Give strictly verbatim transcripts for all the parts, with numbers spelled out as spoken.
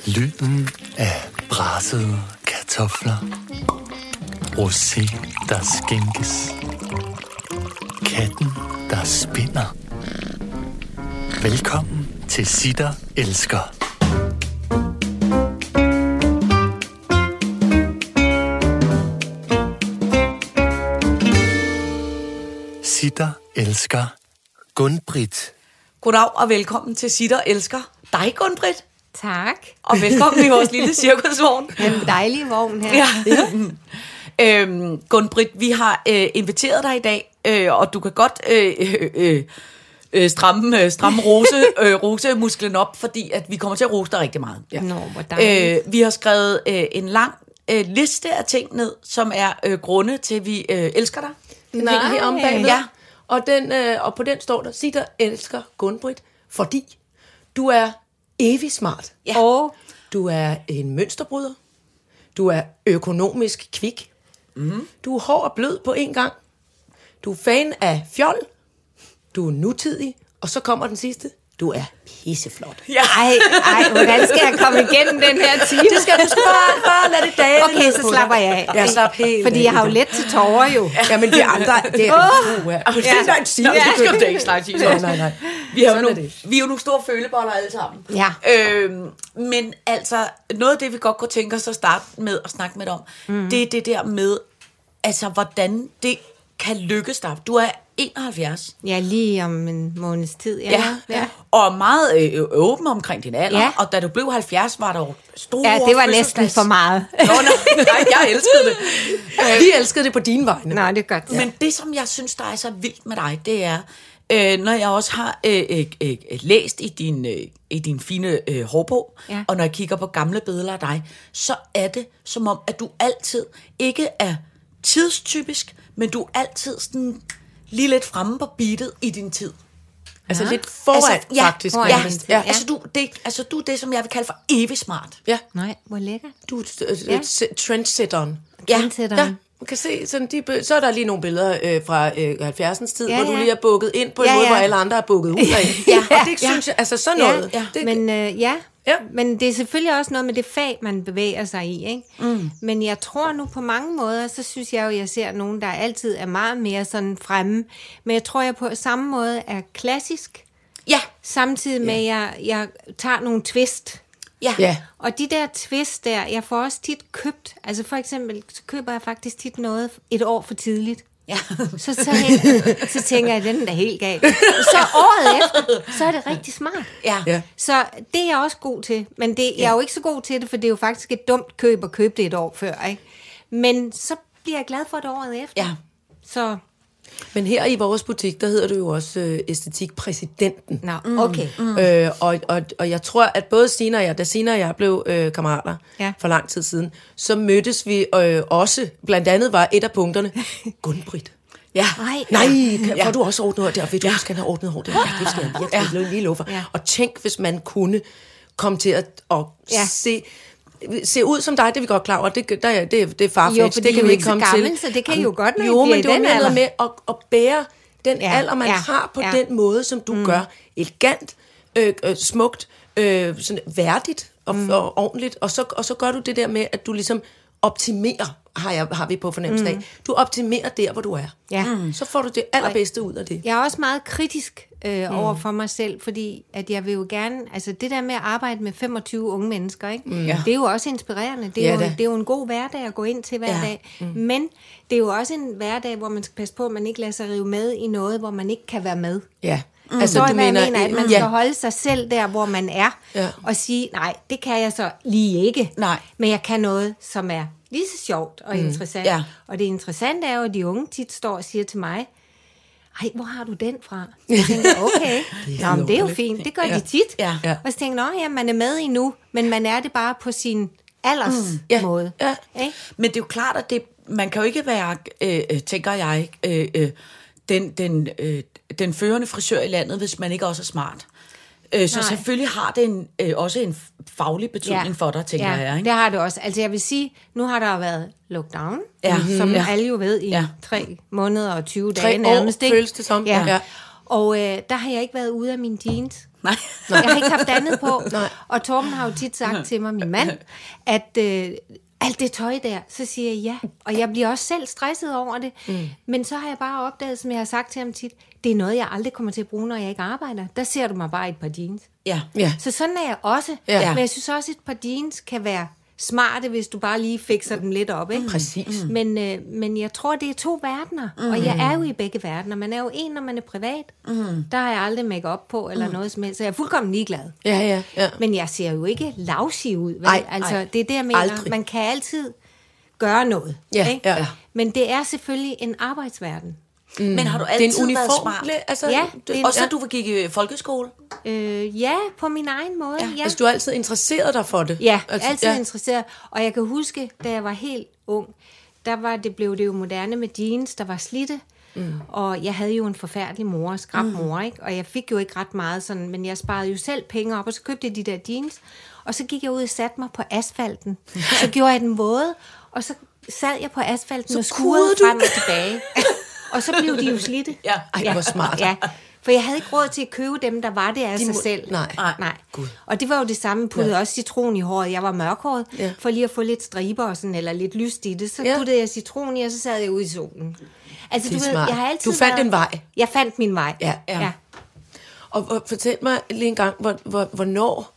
Lyden af brassede kartofler. Rosé, der skænkes. Katten, der spinder. Velkommen til Sitter Elsker. Sitter Elsker. Gun-Britt. Goddag og velkommen til Sitter Elsker dig, Gun-Britt. Tak. Og velkommen i vores lille cirkusvogn. Den dejlige vogn her. Ja. Ja. øhm, Gun-Britt, vi har øh, inviteret dig i dag, øh, og du kan godt øh, øh, øh, stramme, øh, stramme rose, øh, rosemusklen op, fordi at vi kommer til at rose dig rigtig meget. Ja. Nå, hvor dejligt. Øh, vi har skrevet øh, en lang øh, liste af ting ned, som er øh, grunde til, at vi øh, elsker dig. Den hænger her om bagved. Ja. Og, den, øh, og på den står der, Sitter Elsker Gun-Britt, fordi du er evig smart. Ja. Og du er en mønsterbryder. Du er økonomisk kvik. Mm. Du er hård og blød på en gang. Du er fan af fjol. Du er nutidig. Og så kommer den sidste. Du er pisseflot. Ja. Ej, ej, hvordan skal jeg komme igennem den her time? Det skal du bare, bare lade det dage. Okay, så slapper jeg af. Ja, slap helt. Fordi jeg har jo let til tårer jo. Ja, men de andre, det er Åh. uh, uh, Ja. det er ikke sige. Ja, det skal du ikke snart sige. Nej, nej, nej. Vi, har jo Sådan er nogle, det. vi er jo nogle store føleboller alle sammen. Ja. Øhm, men altså, noget af det, vi godt kunne tænke os at starte med at snakke med dig om, mm. det er det der med, altså, hvordan det kan lykkes dig. Du er enoghalvfjerds. Ja, lige om en måneds tid. Ja, Ja, ja. Og meget øh, åben omkring din alder. Ja. Og da du blev halvfjerds, var der jo store Ja, det var næsten for meget. Nå, nej, nej, jeg elskede det. Vi elskede det på dine vegne. Nå, det er godt. Men det, som jeg synes, der er så vildt med dig, det er, øh, når jeg også har øh, øh, øh, læst i din, øh, i din fine øh, hårbog, Ja. og når jeg kigger på gamle billeder af dig, så er det som om, at du altid ikke er tidstypisk, men du er altid sådan lige lidt fremme på beatet i din tid. Altså lidt foran, altså, ja, faktisk. foran Ja, min tid, ja. ja. Altså, du, det, altså du er det, som jeg vil kalde for evig smart. Ja, Nej, hvor lækkert. du er et, Ja. et, et trendsetteren. Ja. Trendsetteren. Ja, man kan se, sådan de, be- så er der lige nogle billeder øh, fra øh, halvfjerdserne tid, Ja, hvor du ja. lige er bukket ind på en Ja, måde, ja. hvor alle andre er bukket ud af. Ja, Og det ja. synes jeg, altså sådan noget. Ja, Det, men øh, ja. Ja. Men det er selvfølgelig også noget med det fag, man bevæger sig i, ikke? Mm. Men jeg tror nu på mange måder, så synes jeg jo, jeg ser nogen, der altid er meget mere sådan fremme. Men jeg tror, jeg på samme måde er klassisk, Ja, samtidig med, at jeg, jeg tager nogle twist. ja. ja. Og de der twist der, jeg får også tit købt, altså for eksempel, så køber jeg faktisk tit noget et år for tidligt. Ja. Så, så, så tænker jeg, den er da helt galt. Så året efter, så er det rigtig smart. Ja. Ja. Så det er jeg også god til. Men det, jeg er jo ikke så god til det, for det er jo faktisk et dumt køb at købe det et år før. Ikke? Men så bliver jeg glad for det året efter. Ja. Så, Men her i vores butik, der hedder du jo også øh, æstetikpræsidenten. nå, okay. Mm. Øh, og, og, og jeg tror, at både Sina og jeg, da Sina og jeg blev øh, kammerater Ja. for lang tid siden, så mødtes vi øh, også, blandt andet var et af punkterne, Gun-Britt. Ja. Ej, Nej, kan, Ja. ja. får du også ordnet hår der? Ved du, ja. skal have ordnet hår der? Ja, det skal jeg virkelig ja. lige love for. Ja. Og tænk, hvis man kunne komme til at, at Ja. se, se ud som dig, det er vi godt klar over. Det, der, det, det er farfetch, Jo, det fordi kan I er vi jo ikke ikke så komme gammel, til. så det kan I jo godt, når I Jo, bliver men i det var den noget alder. med at, at bære den Ja. alder, man Ja. har på Ja. den måde, som du mm. gør. Elegant, øh, øh, smukt, øh, sådan værdigt og, mm. og ordentligt. Og så, og så gør du det der med, at du ligesom optimerer, har, jeg, har vi på fornemmelse af. Du optimerer der, hvor du er. Ja. Mm. Så får du det allerbedste ud af det. Jeg er også meget kritisk øh, mm. over for mig selv, fordi at jeg vil jo gerne, altså det der med at arbejde med femogtyve unge mennesker, ikke? Mm. Det er jo også inspirerende. Det er, Ja, jo, da. det er jo en god hverdag at gå ind til hver Ja. dag. Mm. Men det er jo også en hverdag, hvor man skal passe på, at man ikke lader sig rive med i noget, hvor man ikke kan være med. Ja. Mm. Altså, du mener, jeg mener, at man skal ja. holde sig selv der, hvor man er, Ja. og sige, nej, det kan jeg så lige ikke. Nej. Men jeg kan noget, som er lige så sjovt og mm. interessant. Ja. Og det interessante er jo, at de unge tit står og siger til mig, ej, hvor har du den fra? Jeg tænker, okay, det er, Nå, men det er jo fint, det gør ja. de tit. Ja. Ja. Og så tænker jeg, ja, man er med endnu, men man er det bare på sin alders mm. Ja. måde. Ja. Ikke? Men det er jo klart, at det, man kan jo ikke være, øh, øh, tænker jeg, øh, øh, den, den, øh, den førende frisør i landet, hvis man ikke også er smart. Øh, så Nej. selvfølgelig har det en, øh, også en faglig betydning ja. for dig, tænker ja, jeg. Ikke? det har det også. Altså jeg vil sige, nu har der været lockdown, Ja. som Ja. alle jo ved, i Ja. tre måneder og tyve Tre dage år nærmest. Ikke? føles det som. Ja. Ja. Og øh, der har jeg ikke været ude af mine jeans. Nej. Jeg har ikke haft andet på. Nej. Og Torben har jo tit sagt til mig, min mand, at øh, alt det tøj der, så siger jeg ja. Og jeg bliver også selv stresset over det. Mm. Men så har jeg bare opdaget, som jeg har sagt til ham tit, det er noget, jeg aldrig kommer til at bruge, når jeg ikke arbejder. Der ser du mig bare i et par jeans. Ja. Ja. Så sådan er jeg også. Ja. Men jeg synes også, at et par jeans kan være smarte, hvis du bare lige fikser dem lidt op. Ikke? Præcis. Mm. Men, øh, men jeg tror, det er to verdener. Mm. Og jeg er jo i begge verdener. Man er jo en, når man er privat. Mm. Der har jeg aldrig make-up på, eller mm. noget som helst. Så jeg er fuldkommen ligeglad. Ja, ja, ja. Men jeg ser jo ikke lavsig ud. Vel? Ej, altså, ej. det er det, jeg mener. Aldrig. Man kan altid gøre noget. Ja, ikke? ja. Men det er selvfølgelig en arbejdsverden. Mm. Men har du Det er altid en været uniform. smart? Altså, Ja, det, det er en- Også da du gik i folkeskole? Øh, ja, på min egen måde. Ja. Altså, du har altid interesseret dig for det. Ja, altså, altid ja. ja. interesseret. Og jeg kan huske, da jeg var helt ung, der var det, blev det jo moderne med jeans, der var slidte. Mm. Og jeg havde jo en forfærdelig mor, skrab mor, ikke? Og jeg fik jo ikke ret meget sådan, men jeg sparede jo selv penge op, og så købte jeg de der jeans. Og så gik jeg ud og satte mig på asfalten. Så gjorde jeg den våde, og så sad jeg på asfalten Så og skurede kurede du? frem og tilbage. Og så blev de jo slidte. Ja. Ej, hvor smart. Ja, for jeg havde ikke råd til at købe dem, der var det af De sig må- selv. nej. nej. Gud. Og det var jo det samme, puttede ja. også citron i håret. Jeg var mørkhåret, Ja. for lige at få lidt striber og sådan, eller lidt lyst i det. Så Ja. puttede jeg citron i, og så sad jeg ude i solen. Altså, Det er du ved, smart. jeg har altid Du fandt været, en vej. Jeg fandt min vej. Ja, ja. ja. Og, og fortæl mig lige en gang, hvor, hvor, hvornår,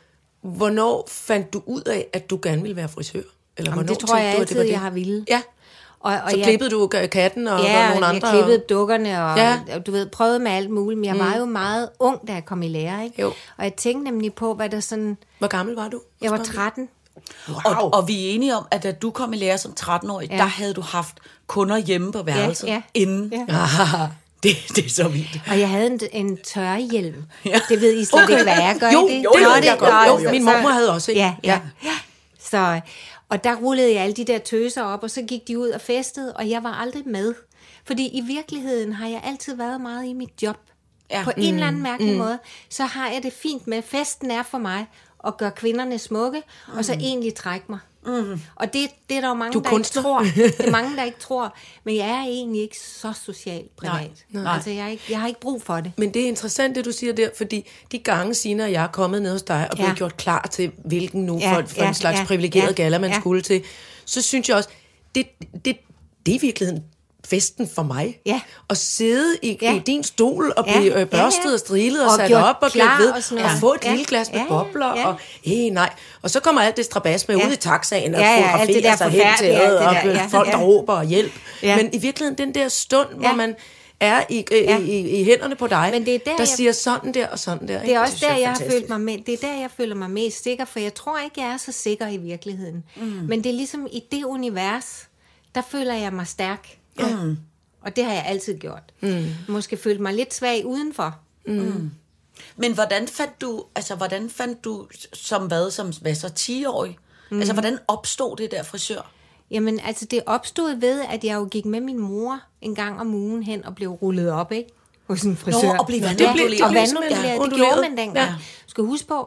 hvornår fandt du ud af, at du gerne ville være frisør? Eller Jamen, hvornår det tror jeg tænkte du, at altid, det var det? jeg har ville. Ja, Og, og så jeg, klippede du katten og ja, nogle jeg andre. klippede dukkerne, og, Ja. og du ved, prøvede med alt muligt. Men jeg var jo meget ung, da jeg kom i lære, ikke? Jo. Og jeg tænkte nemlig på, hvad der sådan... Hvor gammel var du? Jeg var tretten. Wow. Og, og vi er enige om, at da du kom i lære som tretten-årig, ja. der havde du haft kunder hjemme på værelset ja. inden. Ja. Ah, det, det er så vildt. Og jeg havde en, en tørrehjelm. Ja. Det ved I slet Okay. ikke, hvad jeg gør. Jo, I det? jo, det Nå, ved jeg godt. nå, Jo, så- min så- mormor havde også, ikke? Ja, ja. ja. Så, og der rullede jeg alle de der tøser op, og så gik de ud og festede, og jeg var aldrig med. Fordi i virkeligheden har jeg altid været meget i mit job. Ja. Ja. På en eller anden mærkelig mm. måde, så har jeg det fint med, festen er for mig at gøre kvinderne smukke, mm. og så egentlig trække mig. Mm. Og det, det er der jo mange, Du er der ikke kunstner. tror. Det er mange, der ikke tror. Men jeg er egentlig ikke så socialt privat. Nej, nej. Altså, jeg, er ikke, jeg har ikke brug for det. Men det er interessant, det du siger der, fordi de gange, Signe og jeg er kommet ned hos dig og blevet Ja. gjort klar til, hvilken nu Ja, for, for ja, en slags ja, privilegeret ja, gala, man ja. skulle til, så synes jeg også, det, det, det er i virkeligheden festen for mig. Ja. At sidde i, Ja. i din stol og Ja, blive ja, øh, børstet ja. og strilet og, Og sat gjort op og klar gjort ved, og sådan og noget. få et Ja. lille glas med Ja, ja, bobler, ja. og hey, nej. Og så kommer alt det strabas med Ja. ud i taxaen og Ja, ja, alt det der fotograferer sig hen til forfærdelige, alt det og der, ja, folk, der ja. råber og hjælp. Ja. Men i virkeligheden, den der stund, hvor Ja. man er i, i, Ja. i, i hænderne på dig, Men det er der, der jeg- siger sådan der og sådan der. Det er også synes der, jeg har fantastisk. følt mig med, det er der, jeg føler mig mest sikker, for jeg tror ikke, jeg er så sikker i virkeligheden. Mm. Men det er ligesom i det univers, der føler jeg mig stærk. Ja. Mm. Og det har jeg altid gjort. Mm. Måske følt mig lidt svag udenfor. Mm. Men hvordan fandt du, altså hvordan fandt du som hvad, som hvad så ti-årig? Mm. Altså hvordan opstod det der frisør? Jamen, altså det opstod ved, at jeg jo gik med min mor en gang om ugen hen og blev rullet op, ikke? Hos en frisør. Nå, og blev Ja, vandonduleret. det blev, og Ja, vandonduleret, det onduleret. gjorde man dengang. Ja. Ja. Du skal huske på,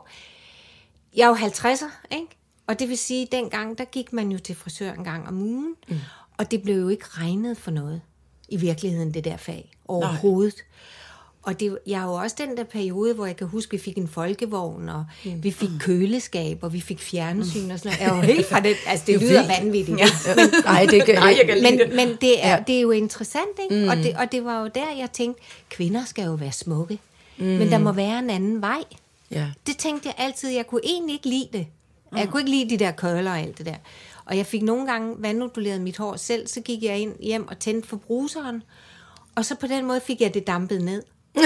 jeg er jo halvtredser, ikke? Og det vil sige, dengang, der gik man jo til frisør en gang om ugen, mm. og det blev jo ikke regnet for noget i virkeligheden, det der fag, overhovedet. Nej. Og det, jeg har jo også den der periode, hvor jeg kan huske, vi fik en folkevogn, og mm. vi fik køleskab, og vi fik fjernsyn og sådan noget. Jeg er jo helt fra det, altså det lyder vanvittigt. Ja. Men, nej, det kan, Nej, jeg kan lide Men, det. men det, er, det er jo interessant, ikke? Mm. Og, det, og det var jo der, jeg tænkte, kvinder skal jo være smukke, mm. men der må være en anden vej. ja. Det tænkte jeg altid, jeg kunne egentlig ikke lide det. Jeg kunne ikke lide de der køller og alt det der. Og jeg fik nogle gange vandonduleret mit hår selv, så gik jeg ind hjem og tændte for bruseren, og så på den måde fik jeg det dampet ned.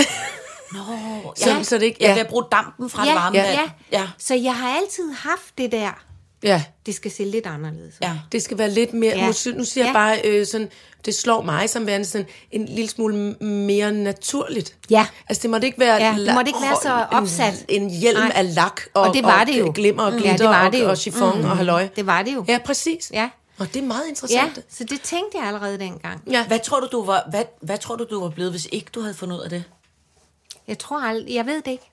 Nå, Så- ja, så det ikke- ja. ja. Jeg vil bruge dampen fra det Ja, varme ja, vand. ja. Ja. Så jeg har altid haft det der. ja. Det skal se lidt anderledes ud. Ja. Det skal være lidt mere, Ja. nu, sy- nu siger jeg Ja. bare, øh, sådan, det slår mig som værende sådan en lille smule m- mere naturligt. Ja. Altså det måtte ikke være, Ja, det måtte ikke være så en- opsat. En, hjelm Nej. af lak og, Og det var det jo. og glimmer og Mm. glitter Ja, det var og, det jo. og chiffon mm. og halløj. Det var det jo. Ja, præcis. Ja. Og det er meget Ja, interessant. så det tænkte jeg allerede dengang. Ja. Hvad tror du, du var, hvad, hvad tror du, du var blevet, hvis ikke du havde fundet ud af det? Jeg tror aldrig, jeg ved det ikke.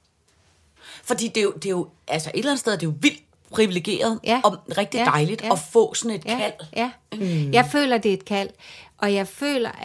Fordi det er jo, det er jo altså et eller andet sted, er det jo vildt privilegeret Ja. og rigtig Ja, dejligt ja. at få sådan et Ja, kald. ja. Mm. Jeg føler, det er et kald. Og jeg føler, at,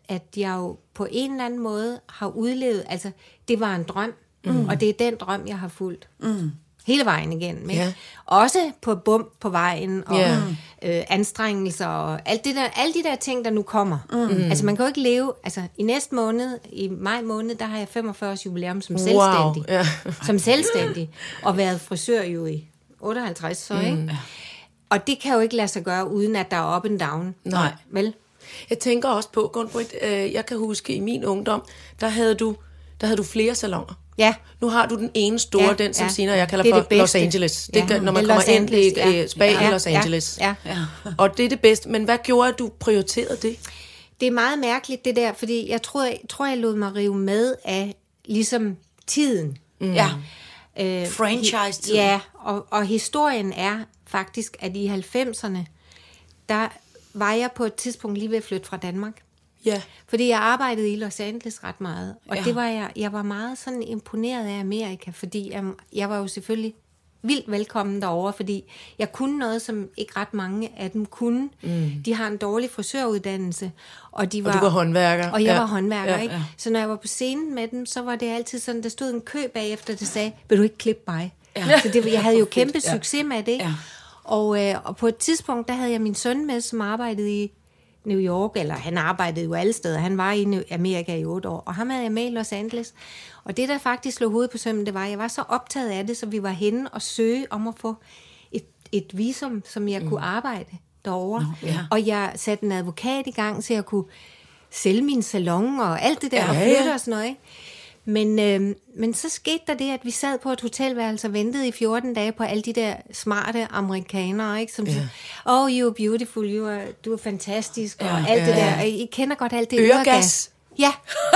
at jeg jo på en eller anden måde har udlevet, altså det var en drøm, mm. og det er den drøm, jeg har fulgt. Mm. Hele vejen igennem. Ikke? Ja. Også på bump på vejen, og Ja. øh, anstrengelser, og alt det der, alle de der ting, der nu kommer. Mm. Altså man kan jo ikke leve, altså i næste måned, i maj måned, der har jeg femogfyrre års jubilæum som Wow. selvstændig. Ja. Som selvstændig, og været frisør jo i otteoghalvtreds, så ikke? Mm. Og det kan jo ikke lade sig gøre, uden at der er up and down. Nej. Vel? Jeg tænker også på, Gun-Britt, øh, jeg kan huske i min ungdom, der havde du, der havde du flere salonger. Ja. Nu har du den ene store, Ja, den som ja. senere jeg kalder Det er for det bedste. Los Angeles. Det, Ja. gør, når man Det er kommer Los ind i Angeles, et ja. øh, spa Ja, i Los ja, Angeles. ja. Og det er det bedste. Men hvad gjorde, at du prioriterede det? Det er meget mærkeligt, det der, fordi jeg tror, jeg, tror, jeg lod mig rive med af ligesom tiden. Ja. Øh, Franchise-tiden. Ja, og, og historien er faktisk, at i halvfemserne, der var jeg på et tidspunkt lige ved at flytte fra Danmark. Ja. Fordi jeg arbejdede i Los Angeles ret meget. Og Ja. det var jeg, jeg var meget sådan imponeret af Amerika, fordi jeg, jeg var jo selvfølgelig vildt velkommen derovre, fordi jeg kunne noget, som ikke ret mange af dem kunne. Mm. De har en dårlig frisøruddannelse, og de var... Og du var håndværker. Og jeg Ja. var håndværker, Ja. ikke? Så når jeg var på scenen med dem, så var det altid sådan, der stod en kø bagefter, der sagde, vil du ikke klippe mig? Ja. Så det, jeg havde jo kæmpe Ja. succes med det, ikke? Ja. Og, øh, og på et tidspunkt, der havde jeg min søn med, som arbejdede i New York, eller han arbejdede jo alle steder. Han var i Amerika i otte år, og ham havde jeg med i Los Angeles. Og det, der faktisk slog hovedet på sømmen, det var, at jeg var så optaget af det, så vi var henne og søge om at få et, et visum, som jeg mm. kunne arbejde derovre. Nå, ja. Og jeg satte en advokat i gang, så jeg kunne sælge min salon og alt det der, Ja, og flytte ja. og sådan noget, ikke? Men, øh, men så skete der det, at vi sad på et hotelværelse og ventede i fjorten dage på alle de der smarte amerikanere, ikke? Som siger, oh, you are beautiful, you are, du er fantastisk, og Ja, alt det ja, der. ja. Og I kender godt alt det Øregas. Ja,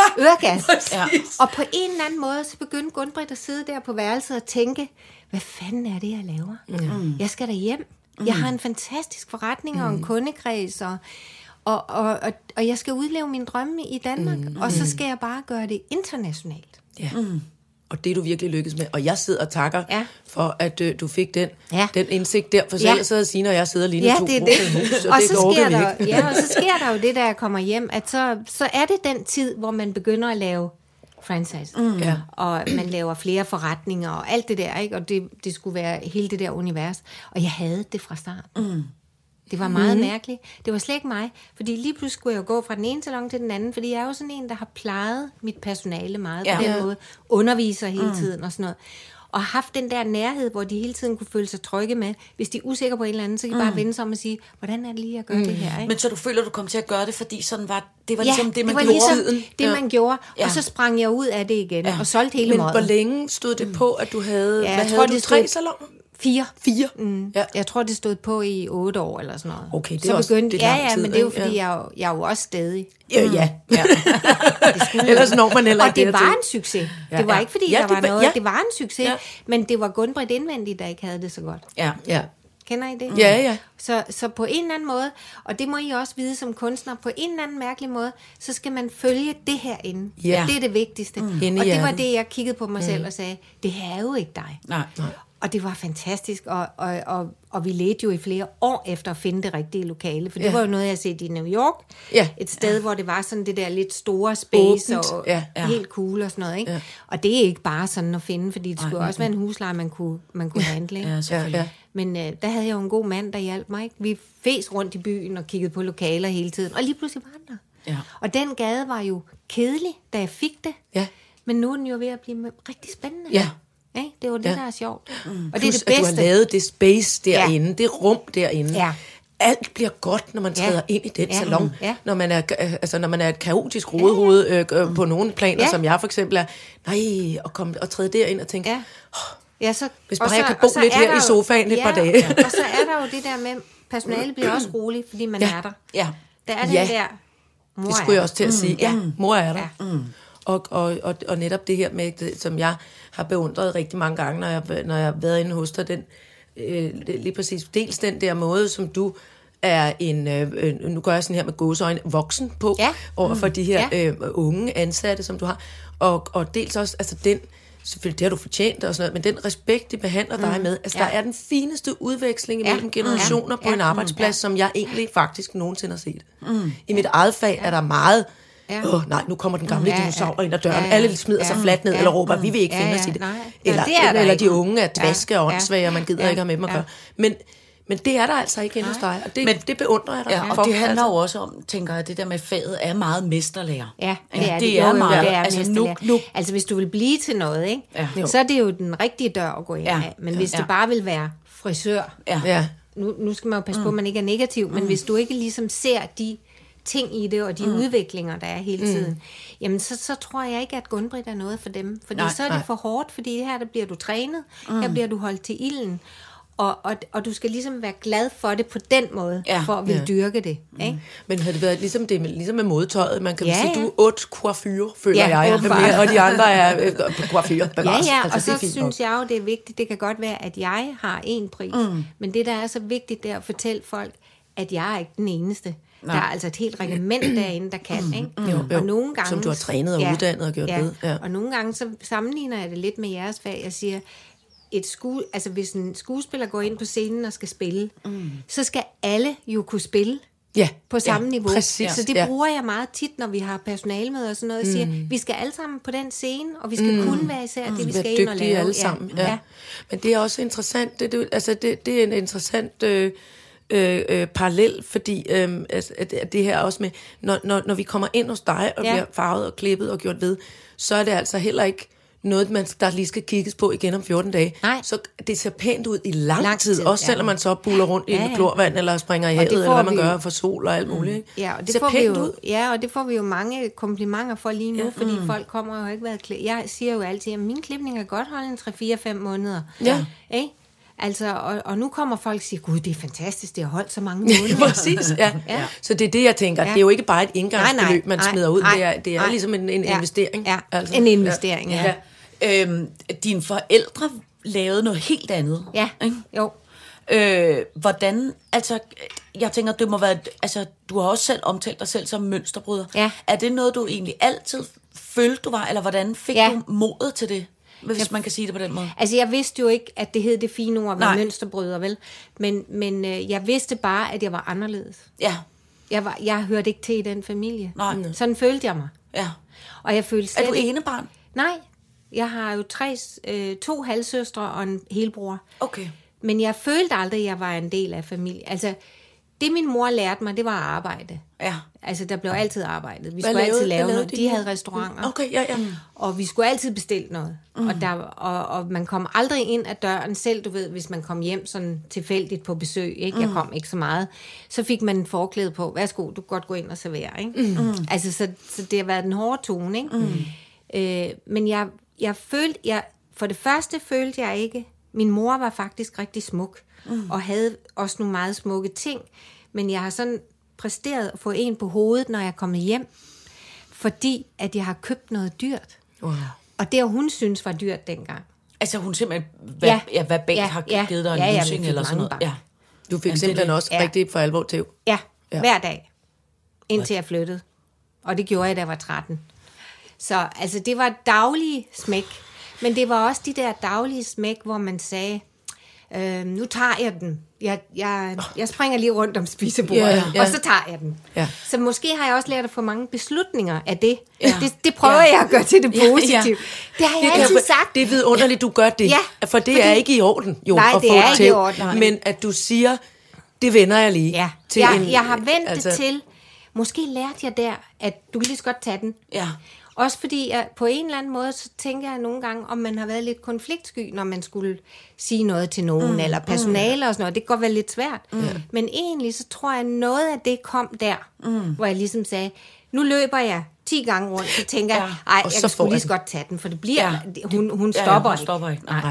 øregas. Ja. Og på en eller anden måde, så begyndte Gun-Britt at sidde der på værelset og tænke, hvad fanden er det, jeg laver? Mm. Jeg skal da hjem. Jeg har en fantastisk forretning mm. og en kundekreds, og, og, og, og, og jeg skal udleve min drømme i Danmark, mm. og så skal jeg bare gøre det internationalt. Ja. Mm. Og det er du virkelig lykkes med. Og jeg sidder og takker Ja. for, at øh, du fik den, Ja. den indsigt der. For Ja. selv sidder Signe og jeg sidder lige Ja, to det er brugte det. hus, og, Og det så orker sker vi der, ikke. ja, og så sker der jo det, der jeg kommer hjem, at så, så er det den tid, hvor man begynder at lave franchise. Mm. Ja. Og man laver flere forretninger og alt det der, ikke? Og det, det skulle være hele det der univers. Og jeg havde det fra start. Mm. Det var meget mm. mærkeligt. Det var slet ikke mig. Fordi lige pludselig skulle jeg gå fra den ene salon til den anden, fordi jeg er jo sådan en, der har plejet mit personale meget Ja. på den Ja. måde. Underviser hele tiden og sådan noget. Og haft den der nærhed, hvor de hele tiden kunne føle sig trygge med. Hvis de er usikre på en eller anden, så kan de bare vende sig om og sige, hvordan er det lige, jeg gør mm. det her? Ikke? Men så du føler, du kom til at gøre det, fordi sådan var, det var Ja, ligesom det, man det var gjorde. ligesom det, Ja. man gjorde. Ja. Og så sprang jeg ud af det igen, Ja. og solgte hele Men måden. hvor længe stod det på, at du havde, Ja, hvad jeg havde tror, du, det tre stod- salonger? Fire. Fire? Mm. Ja. Jeg tror, det stod på i otte år eller sådan noget. Okay, det er så også- begyndte, det er ja, lang ja, tid, men det er jo ikke? fordi, Ja. jeg, er jo- jeg er jo også stadig. Ja, ja. ja. Det skulle Ellers når man heller Og ikke det dertil. var en succes. Ja, Det var ja. ikke, fordi Ja, der det var var- noget. ja. Det var en succes, Ja. men det var Gun-Britt indvendigt, der ikke havde det så godt. Ja. Ja. Kender I det? Ja, ja. Så, så på en eller anden måde, og det må I også vide som kunstner, på en eller anden mærkelig måde, så skal man følge det herinde. Ja. Det er det vigtigste. Mm. Inde i Og det var hjertet. det, jeg kiggede på mig selv og sagde, det her er jo ikke dig. Nej. Og det var fantastisk, og, og, og, og vi ledte jo i flere år efter at finde det rigtige lokale, for det Ja. var jo noget, jeg har set i New York. Ja. Et sted, ja. hvor det var sådan det der lidt store space, Åbent. og Ja. ja. helt cool og sådan noget. Ikke? Ja. Og det er ikke bare sådan at finde, fordi det skulle også være en husleje, man kunne, man kunne handle. Ikke? Ja, Ja, selvfølgelig. ja. Men øh, der havde jeg jo en god mand, der hjalp mig. Ikke? Vi fes rundt i byen og kiggede på lokaler hele tiden, og lige pludselig var han der. Ja. Og den gade var jo kedelig, da jeg fik det. Ja. Men nu er den jo ved at blive rigtig spændende. Ja. Ikke? Det er jo det, Ja. der er sjovt. Mm. Og det er Plus, det at du bedste. har lavet det space derinde, ja. det rum derinde. Ja. Alt bliver godt, når man Ja. træder ind i den Ja. salon. Ja. Når man er, altså, når man er et kaotisk rodehoved øh, øh, på nogle planer, Ja. som jeg for eksempel er. Nej, og, komme, og træde derind og tænke, Ja. Ja, så, hvis og bare så- jeg kan og bo så lidt er her der i jo- sofaen et ja, par dage. Og så er der jo det der med, personalet bliver også roligt, fordi man Ja. er der. Ja. Der er den Ja. der, mor Det skulle jeg er også til at sige. Ja, mor er der. Ja. Mm. Og, og, og, og netop det her med, det, som jeg har beundret rigtig mange gange, når jeg, når jeg har været inde hos dig, den, øh, lige præcis, dels den der måde, som du er en, øh, nu gør jeg sådan her med gåseøjne, voksen på, Ja. over for de her Ja. øh, unge ansatte, som du har, og, og dels også, altså den, selvfølgelig det har du fortjent og sådan noget, men den respekt, de behandler mm. dig med, altså Ja. der er den fineste udveksling Ja. mellem generationer Ja. på Ja. en arbejdsplads, som jeg egentlig faktisk nogensinde har set. Mm. I mit eget fag er der meget Ja. åh nej, nu kommer den gamle Ja, dinosaur ja. ind ad døren, Ja, ja. alle smider sig Ja. fladt ned, Ja. eller råber, vi vil ikke Ja, finde ja. os i det. Nej. Eller, Nej, det er der eller ikke. de unge er dvaske Ja. og åndssvage, og man gider Ja. ikke have med dem at Ja. gøre. Men, men det er der altså ikke inde hos dig, og det, Men- det beundrer jeg dig Ja, for. og det handler altså. jo også om, tænker jeg, det der med faget er meget mesterlærer. Ja, det Ja, er det det. er Jo, jo, meget. det er Altså, altså, nu- nu- altså hvis du vil blive til noget, ikke? Ja. så er det jo den rigtige dør at gå ind Ja. af. Men hvis Ja. det bare vil være frisør, Ja. Ja. nu, nu skal man jo passe mm. på, at man ikke er negativ, men hvis du ikke ligesom ser de ting i det, og de mm. udviklinger, der er hele tiden, mm. jamen så, så tror jeg ikke, at Gun-Britt er noget for dem. Fordi Nej, så er det nej. for hårdt, fordi her der bliver du trænet, mm. her bliver du holdt til ilden, og, og, og du skal ligesom være glad for det på den måde, Ja. for at ville Ja. dyrke det. Ikke? Men havde det været ligesom det med, ligesom med modetøjet, man kan Ja, sige, ja. du er otte coiffure, føler Ja, jeg, åbenbart. og de andre er øh, coiffure. Ja, ja, altså, og det så er fint synes nok. jeg jo, det er vigtigt. Det kan godt være, at jeg har en pris, mm. men det, der er så vigtigt, det er at fortælle folk, at jeg er ikke den eneste. Nej. Der er altså et helt regiment derinde, der kan. Ikke? Jo, jo. Og nogle gange, Som du har trænet og uddannet og gjort ved. Ja. Og nogle gange, så sammenligner jeg det lidt med jeres fag. Jeg siger, et sku, altså hvis en skuespiller går ind på scenen og skal spille, mm. så skal alle jo kunne spille. Ja, På samme ja, niveau. præcis, Så det ja. bruger jeg meget tit, når vi har personalemøder og sådan noget. Jeg siger, mm. vi skal alle sammen på den scene, og vi skal mm. kun være især det, vi Være skal ind og dygtige lave. alle sammen. Ja. Ja. Ja. Men det er også interessant, det, det, altså det, det er en interessant øh, øh, øh, parallel, fordi øh, altså, at, at det her også med, når, når, når vi kommer ind hos dig og Ja. bliver farvet og klippet og gjort ved, så er det altså heller ikke noget, man, der lige skal kigges på igen om fjorten dage. Nej. Så det ser pænt ud i lang, Lang tid, tid, også ja. selvom man så buller rundt Ja, i ja. en klorvand, eller springer i Og det havet, eller får hvad man vi jo. gør for sol og alt muligt. Ikke? Ja, og det ser får vi pænt jo, ud. ja, og det får vi jo mange komplimenter for lige nu, ja. fordi mm. folk kommer og har ikke været klædt. Jeg siger jo altid, at min klipning kan godt holde en tre fire fem måneder. Ja. Ikke? Altså, og, og nu kommer folk og siger, gud, det er fantastisk, det har holdt så mange måneder. Præcis, ja. Ja. Så det er det, jeg tænker. Ja. Det er jo ikke bare et indgangsbeløb, Nej, nej, man nej, smider ud. nej, det er, det er nej. ligesom en, en Ja. investering. Ja, Altså. en investering, ja. Ja. Øhm, dine forældre lavede noget helt andet. Ja, Ikke? jo. Øh, hvordan, altså, jeg tænker, det må være, altså, du har også selv omtalt dig selv som mønsterbryder. Ja. Er det noget, du egentlig altid følte, du var, eller hvordan fik Ja. du modet til det, hvis jeg, man kan sige det på den måde? Altså, jeg vidste jo ikke, at det hed det fine ord at være Nej. mønsterbryder, vel? Men, men øh, jeg vidste bare, at jeg var anderledes. Ja, Jeg, var, jeg hørte ikke til i den familie. Nej. Sådan følte jeg mig. ja. Og jeg følte slet Er du ikke... enebarn? Nej, jeg har jo tre, øh, to halvsøstre og en helbror. Okay. Men jeg følte aldrig, at jeg var en del af familien. Altså, det min mor lærte mig, det var at arbejde. Ja. Altså, der blev altid arbejdet. Vi Hvad skulle lavede- altid hvad lave lavede noget. din De mor? havde restauranter. Okay, ja, ja. Mm. Og vi skulle altid bestille noget. Mm. Og, der, og, og man kom aldrig ind ad døren selv, du ved, hvis man kom hjem sådan tilfældigt på besøg. Ikke? Jeg kom ikke så meget. Så fik man en forklæde på. Værsgo, du kan godt gå ind og servere. Ikke? Mm. Altså, så, så det har været den hårde tone. Ikke? Mm. Øh, men jeg, jeg følte, jeg, for det første følte jeg ikke, min mor var faktisk rigtig smuk. Mm. Og havde også nogle meget smukke ting. Men jeg har sådan præsteret at få en på hovedet, når jeg er kommet hjem. Fordi at jeg har købt noget dyrt. Wow. Og det, hun synes var dyrt dengang. Altså, hun simpelthen va- Ja. ja. Ja, verbalt Ja, har ja. givet dig en Ja, ja, vi lussing fik eller sådan mange noget. bank. Ja. Du fik det simpelthen er også Ja. rigtig for alvor til. Ja, Ja. ja. hver dag. Indtil jeg flyttede. Og det gjorde jeg, da jeg var tretten. Så altså, det var daglige smæk. Men det var også de der daglige smæk, hvor man sagde, øh, nu tager jeg den. Jeg, jeg, jeg springer lige rundt om spisebordet, Ja, ja. og så tager jeg den. Ja. Så måske har jeg også lært at få mange beslutninger af det. Ja. Det, det prøver Ja. jeg at gøre til det Ja, ja. positive. Det har jeg Det, altid kan, sagt. det er vidunderligt, du gør det. Ja, For det fordi- er ikke i orden, jo, Nej, at det få er ikke til. i orden, nej. Men at du siger, det vender jeg lige. Ja, til jeg, en, jeg har vendt altså, det til, måske lærte jeg der, at du kan lige så godt tage den. Ja. Også fordi jeg, på en eller anden måde, så tænker jeg nogle gange, om man har været lidt konfliktsky, når man skulle sige noget til nogen, mm, eller personale mm. og sådan noget. Det kan godt være lidt svært. Mm. Men egentlig, så tror jeg, noget af det kom der, mm. hvor jeg ligesom sagde, nu løber jeg ti gange rundt, så tænker jeg, Ja. ej, Og jeg så kan får sgu lige jeg så den. godt tage den, for det bliver, Ja. det, hun, hun Ja, ja, stopper hun ikke. stopper ikke. Nej. Nej.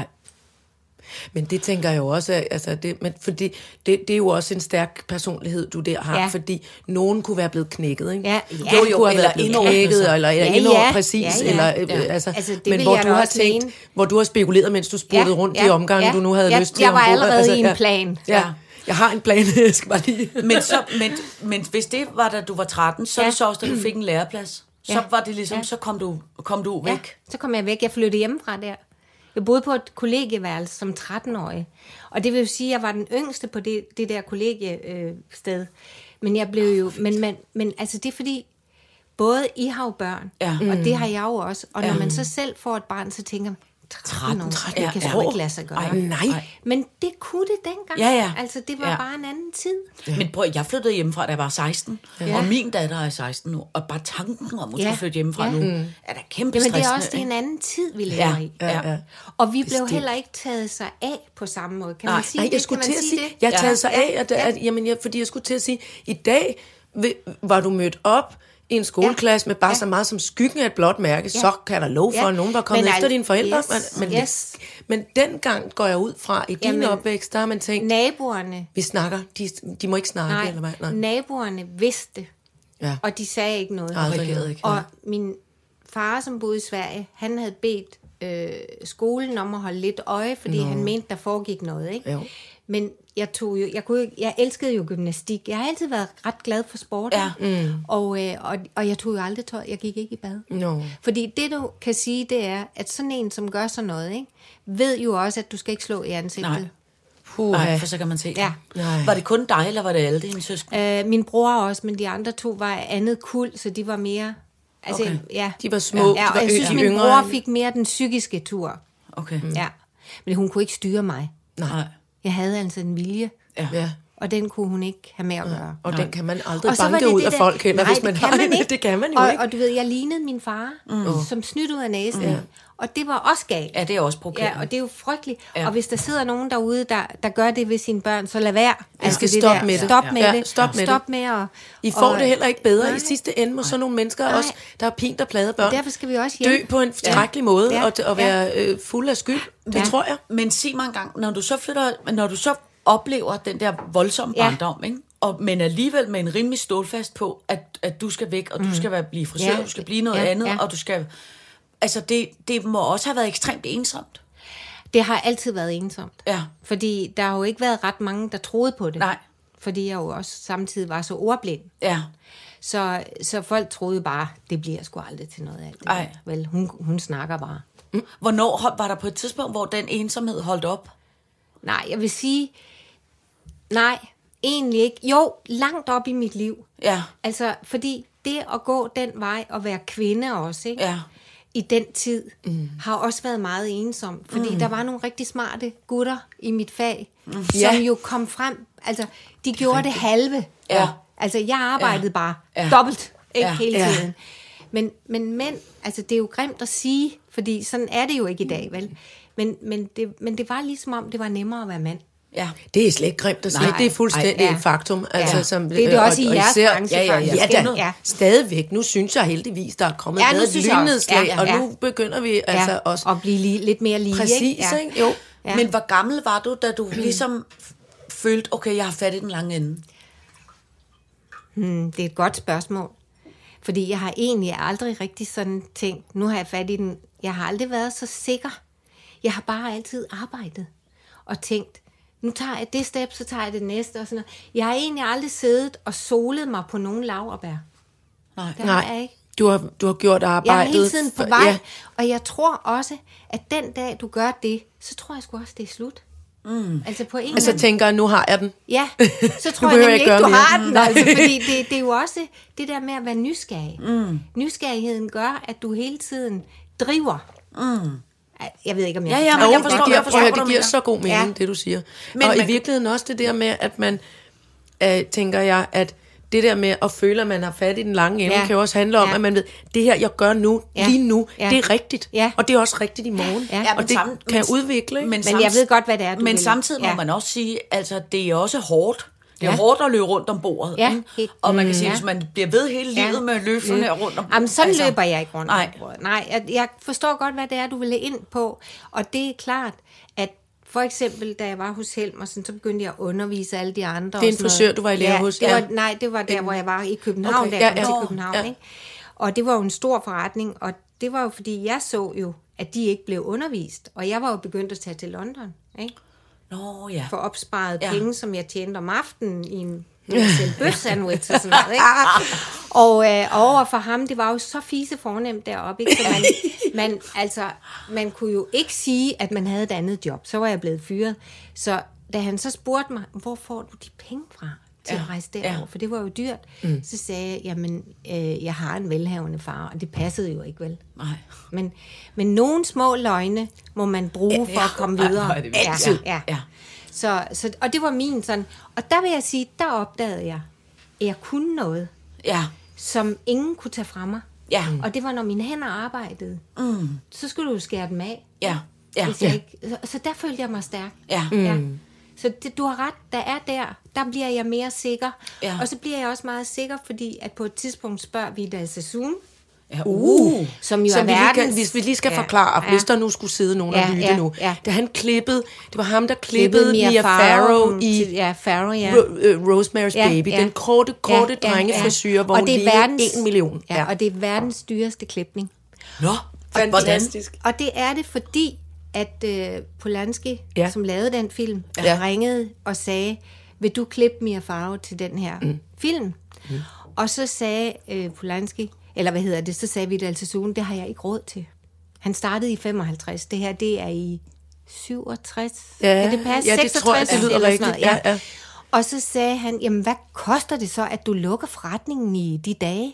Men det tænker jeg jo også, at- altså det, men fordi det, det er jo også en stærk personlighed, du der har, Ja. fordi nogen kunne være blevet knækket, ikke? Ja, ja. Jo, Jo, jo, jo, kunne have eller været blevet indordnet knækket, sig. eller, eller Ja, indord, ja. præcis, Ja, ja. eller, Ja. øh, altså, Altså, det men vil hvor jeg du da har også tænkt, mene. hvor du har spekuleret, mens du spurgte rundt i omgangen, du nu havde ja, lyst til. Jeg om var fodbold. allerede Altså, i en ja. plan. Ja. Jeg har en plan, jeg skal bare lige... Men, så, men, men hvis det var, da du var tretten, så ja. er Ja. det så også, da du fik en læreplads. Så Ja. var det ligesom, Ja. så kom du, kom du væk. Ja, så kom jeg væk. Jeg flyttede hjemmefra der. Jeg boede på et kollegieværelse som tretten-årig. Og det vil jo sige, at jeg var den yngste på det, det der kollegiested. Men jeg blev jo... Men, men, men altså, det er fordi... både I har jo børn, Ja. og det har jeg jo også. Og når man så selv får et barn, så tænker man, tretten år, tretten det kan ja. sgu ikke lade sig gøre. Ej, Nej. Men det kunne det dengang. Ja, ja. Altså, det var Ja. bare en anden tid. Ja. Men prøv, jeg flyttede hjemmefra, da jeg var seksten, ja. og min datter er seksten nu, og bare tanken om, at hun Ja. skal flytte hjemmefra Ja. nu, er da kæmpe Jamen, det er stressende, også det er en ikke? anden tid, vi lever Ja, i. ja, ja. Og vi blev heller ikke taget sig af på samme måde. Kan Nej. man sige Nej, det? jeg skulle kan til man at sige sige, det? jeg har taget Ja. sig af, at, at, jamen, jeg, fordi jeg skulle til at sige, i dag vil- var du mødt op i en skoleklasse med bare Ja. så meget som skyggen af et blåt mærke, så kan der lov for, Ja. at nogen var kommet Men efter al- dine forældre. yes, Men, men, yes. men dengang går jeg ud fra, i din Jamen, opvækst, der har man tænkt, Naboerne, vi snakker, de, de må ikke snakke, nej, eller hvad? Nej. naboerne vidste, Ja. og de sagde ikke noget. Aldrig Reagerede noget. ikke. Og min far, som boede i Sverige, han havde bedt øh, skolen om at holde lidt øje, fordi han mente, der foregik noget. Ikke? Jo. Men jeg tog jo, jeg, kunne, jo- jeg elskede jo gymnastik. Jeg har altid været ret glad for sport. Ja. Mm. Og, øh, og, og jeg tog jo aldrig tøj. Jeg gik ikke i bad. No. Fordi det, du kan sige, det er, at sådan en, som gør sådan noget, ikke, ved jo også, at du skal ikke slå i ansigtet. Nej. Puha. Nej, for så kan man se det. Ja. Nej. Var det kun dig, eller var det alle dine søskende? Øh, min bror også, men de andre to var andet kuld, så de var mere... Altså, Okay. ja. De var små, Ja, de og var jeg synes, yngre min end- bror fik mere den psykiske tur. Okay. Ja. Men hun kunne ikke styre mig. Nej. Jeg havde altså en vilje, Ja. Ja. og den kunne hun ikke have med at gøre. Og den kan man aldrig Og så var banke det ud det af der- folk heller, Nej, hvis man det kan har man det. ikke. Det kan man jo og, ikke. Og du ved, jeg lignede min far, mm. som snydt ud af næsen. Mm. Og det var også galt. Ja, det er også provokerende. Ja, og det er jo frygteligt. Ja. Ja. Og hvis der sidder nogen derude, der, der gør det ved sine børn, så lad være. Jeg skal stoppe med det. Stop med Ja, det. stop med Stop det. med at... I får og, det heller ikke bedre. Nej. I sidste ende må sådan nogle mennesker Nej. også, der har pint og plade børn, Derfor skal vi også dø hjælpe. på en skrækkelig måde, Ja. og, og være øh, fuld af skyld. Det Ja. tror jeg. Men sig mig engang, når du så flytter, når du så oplever den der voldsomme Ja. barndom, ikke? Og, men alligevel med en rimelig stålfast på, at, at du skal væk, og du skal være, blive frisør, Ja. du skal blive noget Ja, andet, ja. og du skal... Altså, det, det må også have været ekstremt ensomt. Det har altid været ensomt. Ja. Fordi der har jo ikke været ret mange, der troede på det. Nej. Fordi jeg jo også samtidig var så ordblind. Ja. Så, så folk troede bare, det bliver sgu aldrig til noget af det. Ej. Vel, hun, hun snakker bare. Hvornår var der på et tidspunkt, hvor den ensomhed holdt op? Nej, jeg vil sige, nej, egentlig ikke. Jo, langt op i mit liv. Ja. Altså, fordi det at gå den vej og være kvinde også, ikke? Ja. I den tid, mm. har også været meget ensom. Fordi mm. der var nogle rigtig smarte gutter i mit fag, mm. som Ja. jo kom frem. Altså, de gjorde det halve. Ja. Altså, jeg arbejdede Ja. bare Ja. dobbelt, ikke Ja. hele Ja. tiden. Men, men mænd, altså det er jo grimt at sige, fordi sådan er det jo ikke i dag, vel? Men, men, det, men det var ligesom om, det var nemmere at være mand. Ja. Det er slet ikke grimt at sige. Nej. Det er fuldstændig Ej, ja. et faktum. Altså, Ja. som, Det er det også i og jeres især- branche, Ja, ja, ja. faktisk. ja, da. Ja. Stadigvæk. Nu synes jeg heldigvis, der er kommet Ja, nu ja, et synes jeg også. lynnedslag, Ja, ja, og ja. nu begynder vi altså Ja, også... og blive li- lidt mere lige, Præcis, ikke? Ja. ikke? Jo. Ja. Men hvor gammel var du, da du ligesom f- følte, okay, jeg har fat i den lange ende? Hmm, det er et godt spørgsmål. Fordi jeg har egentlig aldrig rigtig sådan tænkt, nu har jeg fat i den. Jeg har aldrig været så sikker. Jeg har bare altid arbejdet og tænkt, nu tager jeg det step, så tager jeg det næste og sådan noget. Jeg har egentlig aldrig siddet og solet mig på nogen laurbær. Nej. Det har jeg Nej, ikke. du har, du har gjort Jeg er arbejdet... hele tiden på for- vej, Ja. og jeg tror også, at den dag, du gør det, så tror jeg sgu også, det er slut. Mm. Altså på en Altså eller tænker jeg, nu har jeg den. Ja, så tror Nu jeg behøver jeg nemlig ikke ikke, gøre du mere. har den. Altså, fordi det, det er jo også det der med at være nysgerrig. Mm. Nysgerrigheden gør, at du hele tiden driver. Mm. Jeg ved ikke, om jeg... Ja, ja, men Jo, jeg det forstår, giver, jeg forstår, prøv at høre, hvad det du giver mener. så god mening, Ja. det du siger. Men Men, og man- i virkeligheden også det der med, at man, øh, tænker jeg, at det der med at føle, at man har fat i den lange ende, Ja. kan jo også handle om, Ja. at man ved, det her, jeg gør nu, Ja. lige nu, Ja. det er rigtigt. Ja. Og det er også rigtigt i morgen. Ja. Ja, men Og det samme- kan men- udvikle, ikke? Men, Men jeg ved godt, hvad det er, du Men vil. samtidig må Ja. man også sige, altså det er også hårdt. Det er Ja. hårdt at løbe rundt om bordet. Ja, ikke? helt- Og man kan Mm, sige, ja. hvis man bliver ved hele livet Ja. med løfterne rundt om Jamen, sådan altså, altså, løber jeg ikke rundt. Nej. Nej, jeg, jeg forstår godt, hvad det er, du vil ind på. Og det er klart, at for eksempel, da jeg var hos Helm, og sådan, så begyndte jeg at undervise alle de andre. Det er en og sådan frisør, noget. du var i lære ja, hos, Det ja. var, nej, det var der, hvor jeg var i København, Okay, okay, da jeg ja, kom ja. til København. Ja. Ikke? Og det var jo en stor forretning, og det var jo, fordi jeg så jo, at de ikke blev undervist. Og jeg var jo begyndt at tage til London, ikke? Nå ja. For opsparet Ja. ja. penge, som jeg tjente om aftenen i en bøf-sandwich og sådan noget, ikke? Og øh, over for ham, det var jo så fise fornemt deroppe, ikke? Så man, man, altså, man kunne jo ikke sige, at man havde et andet job. Så var jeg blevet fyret. Så da han så spurgte mig, hvor får du de penge fra til Ja. at rejse derover, Ja. for det var jo dyrt. Mm. Så sagde jeg, jamen, øh, jeg har en velhavende far, og det passede jo ikke vel. Nej. Men, men nogle små løgne må man bruge for at komme Ja, videre. hvor er det ja, vigtigt. ja, ja. Ja. Så, så, og det var min sådan, og der vil jeg sige, der opdagede jeg, at jeg kunne noget, Ja. som ingen kunne tage fra mig. Ja. Og det var, når mine hænder arbejdede, mm. så skulle du jo skære dem af. Ja. Ja. Hvis jeg ikke, så, så der følte jeg mig stærk. Ja. ja. Så det, du har ret, der er der, der bliver jeg mere sikker. Ja. Og så bliver jeg også meget sikker, fordi at på et tidspunkt spørger vi Vidal Sassoon, Ja. Uh. som jo Som er vi lige verdens... kan, hvis vi lige skal Ja, forklare, ja. hvis der nu skulle sidde nogen og Ja, lytte ja, nu. ja. Da han klippede, det var ham, der klippede Mia Farrow i til- Ja, Farrow, ja. Ro- øh, Rosemary's Ja, Baby. ja. Den korte, korte Ja, ja, drengefrisyr, hvor Og hun det er lignede verdens- en million. Ja, og det er verdens dyreste klipning. Nå, Fantastisk. Og det er det, fordi at øh, Polanski, Ja. ja. som lavede den film, Ja. ja. ringede og sagde, vil du klippe Mia Farrow til den her mm. film? Mm. Og så sagde øh, Polanski, eller hvad hedder det, så sagde Vidal Sassoon, det har jeg ikke råd til. Han startede i femoghalvtreds. Det her, det er i syvogtres. Ja, Kan det passe? ja, det tror jeg, det lyder eller sådan rigtigt. noget, Ja, ja. Og så sagde han, jamen hvad koster det så, at du lukker forretningen i de dage?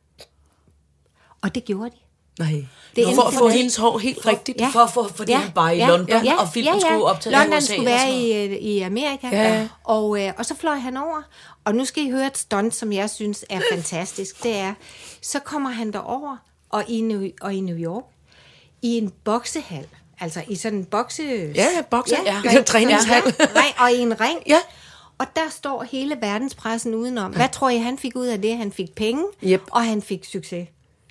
Og det gjorde de. Nej. Det For endte at få med- hendes hår helt rigtigt. For, for, fordi han var i London, og filmen skulle optages i London U S A skulle og være sådan noget. i, øh, i Amerika, Ja. og, øh, og så fløj han over. Og nu skal I høre et stunt, som jeg synes er fantastisk. Det er, så kommer han derover, og i New, og i New York, i en boksehal, altså i sådan en bokse... Ja, bokse. Ja, Ja, træningshal. Ja, ring, og i en ring. Ja. Og der står hele verdenspressen udenom. Hvad tror I, han fik ud af det? Han fik penge, Yep. og han fik succes.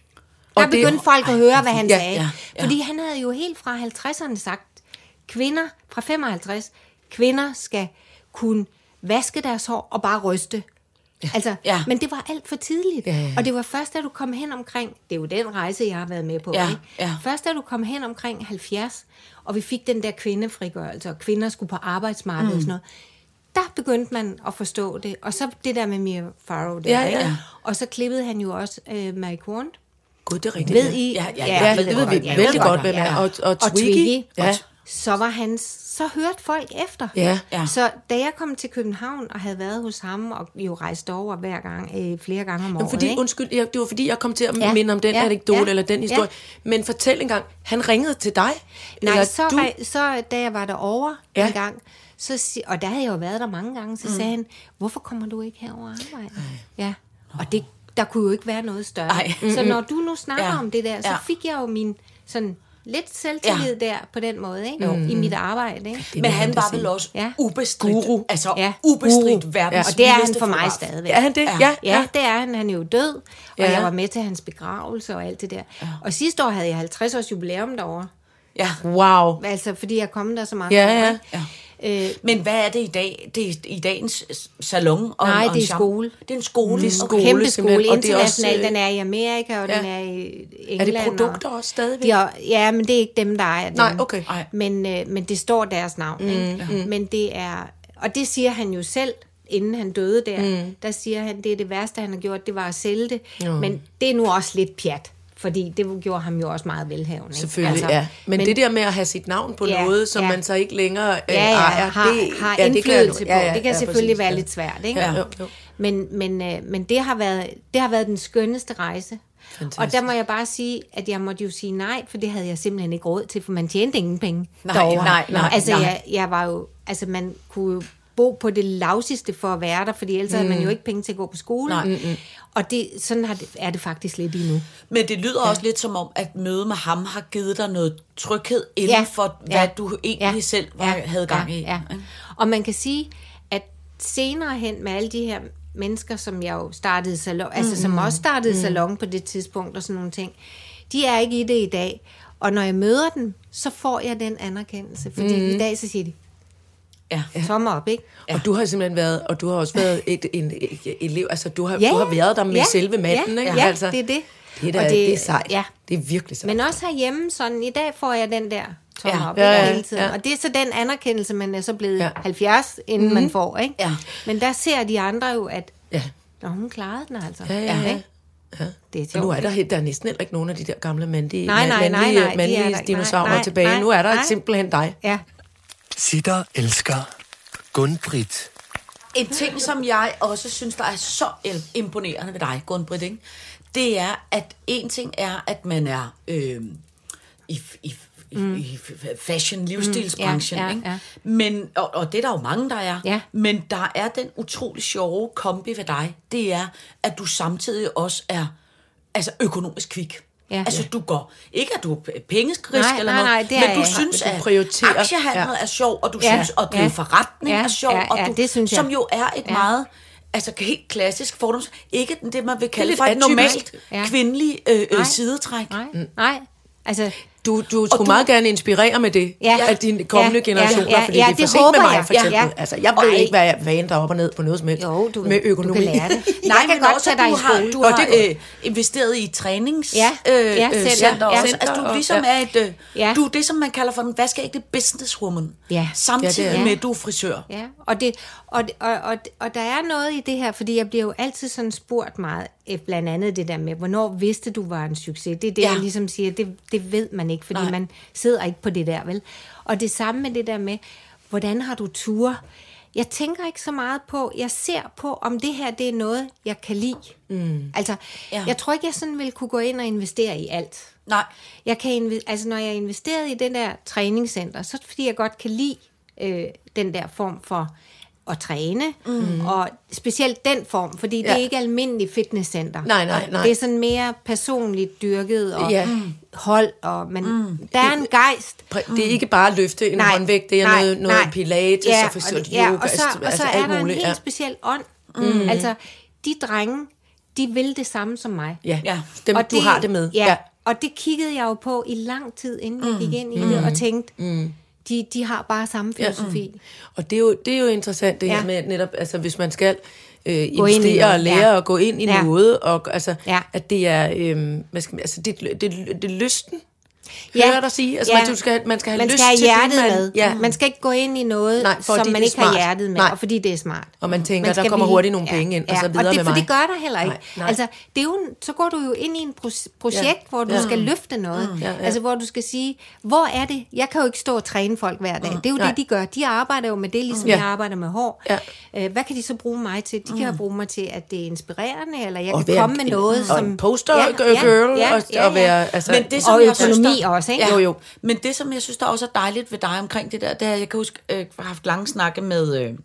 Og Der det- begyndte folk at høre, hvad han Ja, sagde. ja, ja. Fordi han havde jo helt fra halvtredserne sagt, kvinder fra femoghalvtreds, kvinder skal kunne vaske deres hår og bare ryste. Ja. Altså, Ja. Men det var alt for tidligt. Ja, ja, ja. Og det var først, da du kom hen omkring, det er jo den rejse, jeg har været med på, Ja, ikke? ja. Først da du kom hen omkring halvfjerds, og vi fik den der kvindefrigørelse, og kvinder skulle på arbejdsmarkedet mm. og sådan noget, der begyndte man at forstå det. Og så det der med Mia Farrow der, Ja, ikke? ja. Og så klippede han jo også øh, Mary Quant. Gud, det er rigtigt. Ved I? Ja, ja, Ja, jeg det ved ved godt, vi jeg vældig ved godt, godt, hvem er. ja. Og, og Og Twiggy. Twiggy. Ja. Så var han, så hørte folk efter. Ja. Ja. Så da jeg kom til København og havde været hos ham og jo rejst over hver gang, øh, flere gange om Jamen, året, fordi, ikke? undskyld, jeg, det var fordi, jeg kom til at Ja. minde om den Ja. anekdote, Ja. eller den historie. Men fortæl engang, han ringede til dig? Nej, eller så, du? re- så da jeg var derovre Ja. ja. en gang, så, si- og der havde jeg jo været der mange gange, så mm. sagde han, hvorfor kommer du ikke herover og arbejde? Ja, og det, der kunne jo ikke være noget større. Ej. Så når du nu snakker Ja. om det der, så Ja. fik jeg jo min sådan lidt selvtillid ja. der på den måde, ikke? I mit arbejde, ikke? Men han var vel også Ja. ubestridt, Guru. altså Ja. ubestridt Guru. verdens Og det er han vildeste for mig fotograf. stadigvæk. Er han det? Ja. Ja. Ja, det er han. Han er jo død, og Ja. jeg var med til hans begravelse og alt det der. Ja. Og sidste år havde jeg halvtreds års jubilæum derovre. Ja. Wow. Altså, fordi jeg er kommet der så mange Ja, år, ja. ikke? Ja. Øh, Men hvad er det i dag? Det er i dagens salon? Og, Nej, og det er en charme? skole. Det er en skole. Det er Okay. skole. kæmpe simpelthen. skole, Og det er også, international. øh, Den er i Amerika, og ja. den er i Er England. det produkter også stadigvæk? De er, ja, men det er ikke dem, der ejer dem. Nej, okay. Nej. Men, øh, men det står deres navn. Mm, ikke? Mm. Men det er... Og det siger han jo selv, inden han døde der. Mm. Der siger han, det er det værste, han har gjort, det var at sælge det. Mm. Men det er nu også lidt pjat. Fordi det gjorde ham jo også meget velhavende. Ikke? Selvfølgelig, altså, ja. Men, men det der med at have sit navn på Ja, noget, som ja. man så ikke længere øh, ja, ja, ejer, har, det, har ja, indflydelse det på. ja, ja, Det kan ja, selvfølgelig præcis, være ja. lidt svært, ikke? Ja, jo, jo. Men, men, øh, men det, har været, det har været den skønneste rejse. Fantastisk. Og der må jeg bare sige, at jeg måtte jo sige nej, for det havde jeg simpelthen ikke råd til, for man tjente ingen penge Nej, derovre. nej, nej, altså, nej. Jeg, jeg var jo, altså, man kunne jo bo på det lavsigste for at være der, fordi ellers mm. havde man jo ikke penge til at gå på skole. Nej. Mm-mm. Og det, sådan har det, er det faktisk lidt endnu. Men det lyder ja. også lidt som om, at mødet med ham har givet dig noget tryghed inden ja. for, hvad ja. du egentlig ja. selv var, ja. havde gang i. Ja. Ja. Og man kan sige, at senere hen med alle de her mennesker, som jeg jo startede salon, mm, altså som også startede mm. salon på det tidspunkt og sådan nogle ting, de er ikke i det i dag. Og når jeg møder dem, så får jeg den anerkendelse. Fordi mm. i dag så siger de, Ja. tomme op, ikke? Ja. Og du har simpelthen været, og du har også været et, en, et elev, altså du har, Ja, du har været der med ja, selve manden, ja, ikke? ja, altså, det er det. Det er, da, Og det, det- det er sejt. ja. Det er virkelig sejt. Men også herhjemme, sådan, i dag får jeg den der tomme Ja. op, Ja, ikke, ja, hele tiden. ja. Og det er så den anerkendelse, man er så blevet Ja. halvfjerds, inden mm. man får, ikke? Ja. Men der ser de andre jo, at Ja. når hun klarede den altså. Ja, ja, ja. Ikke? Ja. Det er Og nu sjovt, er der, helt- der er næsten heller ikke nogen af de der gamle mandlige, Nej, nej, mandlige, nej, nej, de er mandlige der ikke. dinosaurer Nej, nej, tilbage. nej, Nu er der nej. simpelthen dig. Ja. Sitter elsker Gunn-Britt. en ting, som jeg også synes, der er så imponerende ved dig, Gun-Britt, ikke? Det er, at en ting er, at man er øh, i, i, mm. i fashion, livsstilsbranchen, mm, ja, ja, ikke? ja. Men, og, og det er der jo mange, der er. Ja. Men der er den utrolig sjove kombi ved dig, det er, at du samtidig også er altså økonomisk kvik. Ja. Altså, du går... Ikke, at du er pengeskrisk Nej, eller nej, noget, nej, det er men du jeg. synes, Du at prioriterer. aktiehandel Ja. er sjov, og du Ja. synes, at drive Ja. forretning Ja. er sjov, Ja, og ja, du, det synes jeg. som jo er et Ja. meget... Altså helt klassisk fordoms. Ikke det, man vil kalde lidt for et atypisk. normalt Ja. kvindelig øh, øh, Nej. sidetræk. Nej, nej. Altså, Du, du skulle du- meget gerne inspirere med det, Ja. af dine kommende Ja, generationer, ja, ja, fordi ja, det er for det sent med håber mig, jeg. for eksempel. Ja. Altså, jeg ved Ej. ikke, hvad jeg hvad der op og ned på noget som helst jo, du, med økonomi. du kan lære det. Nej, Jeg kan men godt også, tage at dig du i har, skole. du Nå, har det er øh, investeret i trænings Ja, øh, ja, øh, center, center ja. også. Altså, du og- ligesom ja. er et... Øh, Ja. Du er det, som man kalder for en vaskeægte businesswoman. Ja. Samtidig Ja, det er- med, at du er frisør. Ja, og, det, og, det- og, og, og der er noget i det her, fordi jeg bliver jo altid sådan spurgt meget, eh, blandt andet det der med, hvornår vidste du var en succes? Det er det, Ja. jeg ligesom siger, det, det ved man ikke, fordi Nej. man sidder ikke på det der, vel? Og det samme med det der med, hvordan har du ture? Jeg tænker ikke så meget på, jeg ser på, om det her, det er noget, jeg kan lide. Mm. Altså, Ja. ja. jeg tror ikke, jeg sådan vil kunne gå ind og investere i alt. Nej. Jeg kan inv- altså, når jeg er investeret i den der træningscenter, så er det, fordi jeg godt kan lide øh, den der form for at træne, mm. og specielt den form, fordi ja. det er ikke almindelig fitnesscenter. Nej, nej, nej. Det er sådan mere personligt dyrket, og Ja. hold, og man, mm. der er en gejst. Præ- Det er ikke bare at løfte en Nej, håndvægt, det er nej, noget, noget nej. pilates Ja, og for og det- yoga, ja, og så, altså, og så er alt der en muligt, helt ja. speciel ånd. Mm. Altså, de drenge, de vil det samme som mig. Ja, Ja. dem Og du har det med. Ja, og det kiggede jeg jo på i lang tid, inden jeg gik ind i det, og tænkte, mm. de, de har bare samme filosofi. Ja. Og det er, jo, det er jo interessant det Ja. her med netop, altså hvis man skal øh, Gå ind i investere noget, og lære ja. at gå ind i Ja. noget, og altså, Ja. at det er, øh, hvad skal man, altså det, det, det, det er lysten, Ja. hører dig sige, altså Ja. man, du skal, man skal have Man lyst skal have til hjertet det, man, med. ja. Man skal ikke gå ind i noget, Nej, fordi som man det er ikke har smart. hjertet med, Nej. og fordi det er smart. Og man tænker, Man der skal kommer vide- hurtigt nogle penge ind, og så videre og det, med for mig. det gør der heller ikke. Nej, nej. Altså, det er jo, en- så går du jo ind i en pro- projekt, Ja. hvor du Ja. skal løfte noget. Ja, ja. Altså, hvor du skal sige, hvor er det? Jeg kan jo ikke stå og træne folk hver dag. Det er jo Nej. det, de gør. De arbejder jo med det, ligesom Ja. jeg arbejder med hår. Ja. Øh, Hvad kan de så bruge mig til? De kan jo bruge mig til, at det er inspirerende, eller jeg Og kan være komme med en- noget, og som... en poster girl, og- og være, altså- Men det, som og jeg synes, økonomi der- også, ikke? Ja. Jo, jo. Men det, som jeg synes, der også er dejligt ved dig omkring det der, det er, jeg kan huske, øh, jeg har haft lange snakke med øh,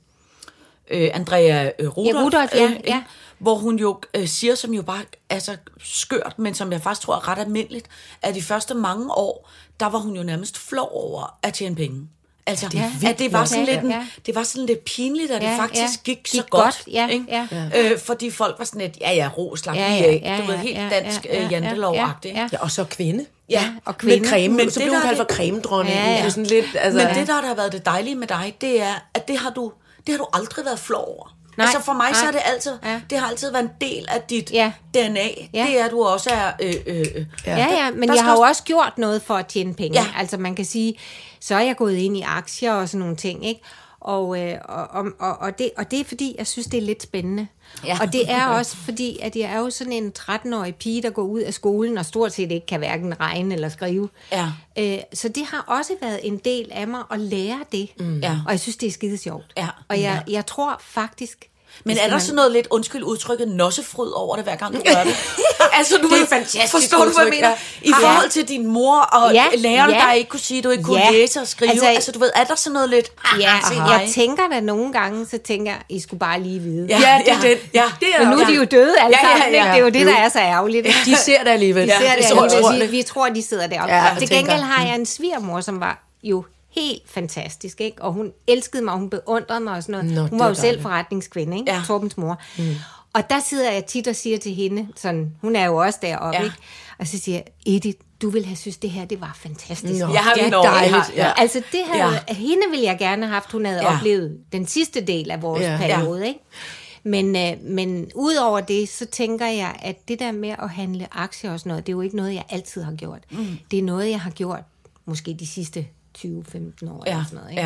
øh, Andrea øh, Rudolph, Ja, Rudolph, ja, øh, ja. hvor hun jo øh, siger, som jo bare er så skørt, men som jeg faktisk tror er ret almindeligt, at de første mange år, der var hun jo nærmest flov over at tjene penge. Altså, Det er at vildt det var nok. sådan Ja, lidt, en, ja. det var sådan lidt pinligt, at Ja, det faktisk ja. gik så Gik godt. godt, ja, ikke? ja. Øh, fordi folk var sådan lidt, ja ja, ro, slap Ja, lige ja, af. ja, Du ved, ja, helt ja, dansk ja, ja, øh, jantelov-agtigt. ja, ja. Ja, og så kvinde. Ja, og kvinde. Med creme, Men så det, blev hun der er kaldt for det- cremedronningen. Ja, ja. Det er sådan lidt, altså... Men det, der har været det dejlige med dig, det er, at det har du, det har du aldrig været flov over. Nej, altså for mig, så nej. er det altid, Ja. det har altid været en del af dit Ja. D N A. Ja. Det er, at du også er... Øh, øh, øh. Ja, ja, men Der jeg skal har jo også- også gjort noget for at tjene penge. Ja. Altså man kan sige, så er jeg gået ind i aktier og sådan nogle ting, ikke? Og, øh, og, og, og, og, det, og det er fordi, jeg synes, det er lidt spændende. Ja. Og det er også fordi, at jeg er jo sådan en tretten-årig pige, der går ud af skolen og stort set ikke kan hverken regne eller skrive. Ja. Øh, så det har også været en del af mig at lære det. Mm. Ja. Og jeg synes, det er skide sjovt. Ja. Og jeg, jeg tror faktisk... Men hvis er der man- sådan noget lidt, undskyld udtrykket, nossefryd over det, hver gang du gør det? altså, du Det er ved, et fantastisk forstår du, hvad jeg udtryk, mener? ja. I forhold til din mor og Ja, læreren, ja. der ikke kunne sige, at du ikke kunne Ja. læse og skrive. Altså, Altså- altså, du ved, er der sådan noget lidt... Ja, se jeg mig. tænker da nogle gange, så tænker jeg, I skulle bare lige vide. Ja, Ja, det er ja, den. ja. Det er Men nu er de jo døde alle Ja, ja, sammen, ja. ikke? Det er jo det, Jo. der er så ærgerligt. ikke? De ser det alligevel. Ja, Ser det det alligevel. tror jeg. vi, vi tror, de sidder deroppe. Ja, Ja, jeg Til tænker, gengæld har jeg en svigermor, som var jo helt fantastisk, ikke? Og hun elskede mig, og hun beundrede mig og sådan noget. Nå, hun det var er jo selv dejligt. forretningskvinde, ikke? Ja. Torbens mor. Mm. Og der sidder jeg tit og siger til hende, sådan, hun er jo også deroppe, Ja. ikke? Og så siger jeg, Edith, du ville have synes, det her, det var fantastisk. Nå, Jeg har det er en år, jeg dejligt. har- Ja. Altså, det havde, Ja. hende ville jeg gerne have haft, hun havde Ja. oplevet den sidste del af vores Ja. periode, ikke? Men, øh, men udover det, så tænker jeg, at det der med at handle aktier og sådan noget, det er jo ikke noget, jeg altid har gjort. Mm. Det er noget, jeg har gjort måske de sidste tyve femten år. Ja, eller sådan noget, ikke? ja.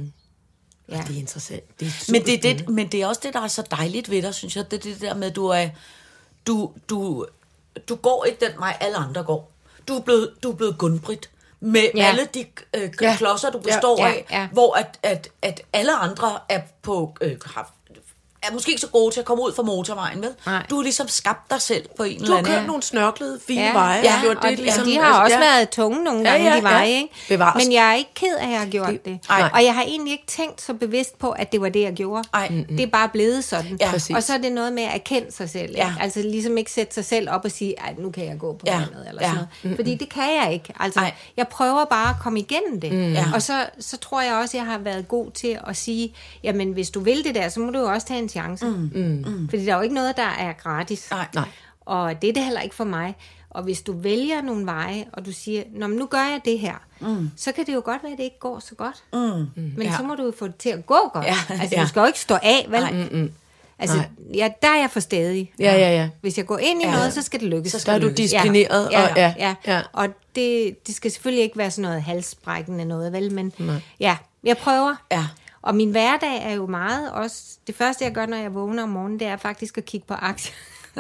Ja. Det er interessant. Det er super Men det, er det, men det er også det, der er så dejligt ved dig, synes jeg. Det er det der med, at du er... Du, du, du går ikke den vej, alle andre går. Du er blevet, du er blevet Gun-Britt. Med Ja. ja. alle de øh, Ja. klodser, du Ja. består Ja, af. ja. Hvor at, at, at alle andre er på... Øh, har er måske ikke så gode til at komme ud fra motorvejen, vel? Nej. Du har ligesom skabt dig selv på en Du eller har anden... kørt nogle snørklede, fine Ja, veje. ja, og gjort og det, de, ligesom, de har også ja. været tunge nogle Ja, gange, ja, de veje, ja. ikke? Bevares. Men jeg er ikke ked af, at jeg har gjort det. det. Nej. Og jeg har egentlig ikke tænkt så bevidst på, at det var det, jeg gjorde. Ej. Det er bare blevet sådan. Ja, præcis. Og så er det noget med at erkende sig selv. Ikke? Ja. Altså ligesom ikke sætte sig selv op og sige, at nu kan jeg gå på Ja. vandet, eller Ja. sådan noget. Fordi det kan jeg ikke. Altså, Ej. jeg prøver bare at komme igennem det. Mm. Ja. Og så, så tror jeg også, at jeg har været god til at sige, jamen hvis du vil det der, så må du jo også tage en chance. Mm. Mm. Fordi der er jo ikke noget, der er gratis. Nej. Nej. Og det er det heller ikke for mig. Og hvis du vælger nogle veje, og du siger, nå, men nu gør jeg det her, mm. så kan det jo godt være, at det ikke går så godt. Mm. Men Ja. så må du jo få det til at gå godt. Ja, Altså, ja. du skal jo ikke stå af, vel? Nej. Altså, ja, der er jeg for stadig. Ja, ja, ja. Hvis jeg går ind i Ja. noget, så skal det lykkes. Så skal Der er du lykkes. disciplineret. Ja, og, ja, ja, ja. Og det, det skal selvfølgelig ikke være sådan noget halsbrækkende noget, vel? Men ja, jeg prøver. Ja. Og min hverdag er jo meget også... Det første, jeg gør, når jeg vågner om morgenen, det er faktisk at kigge på aktier.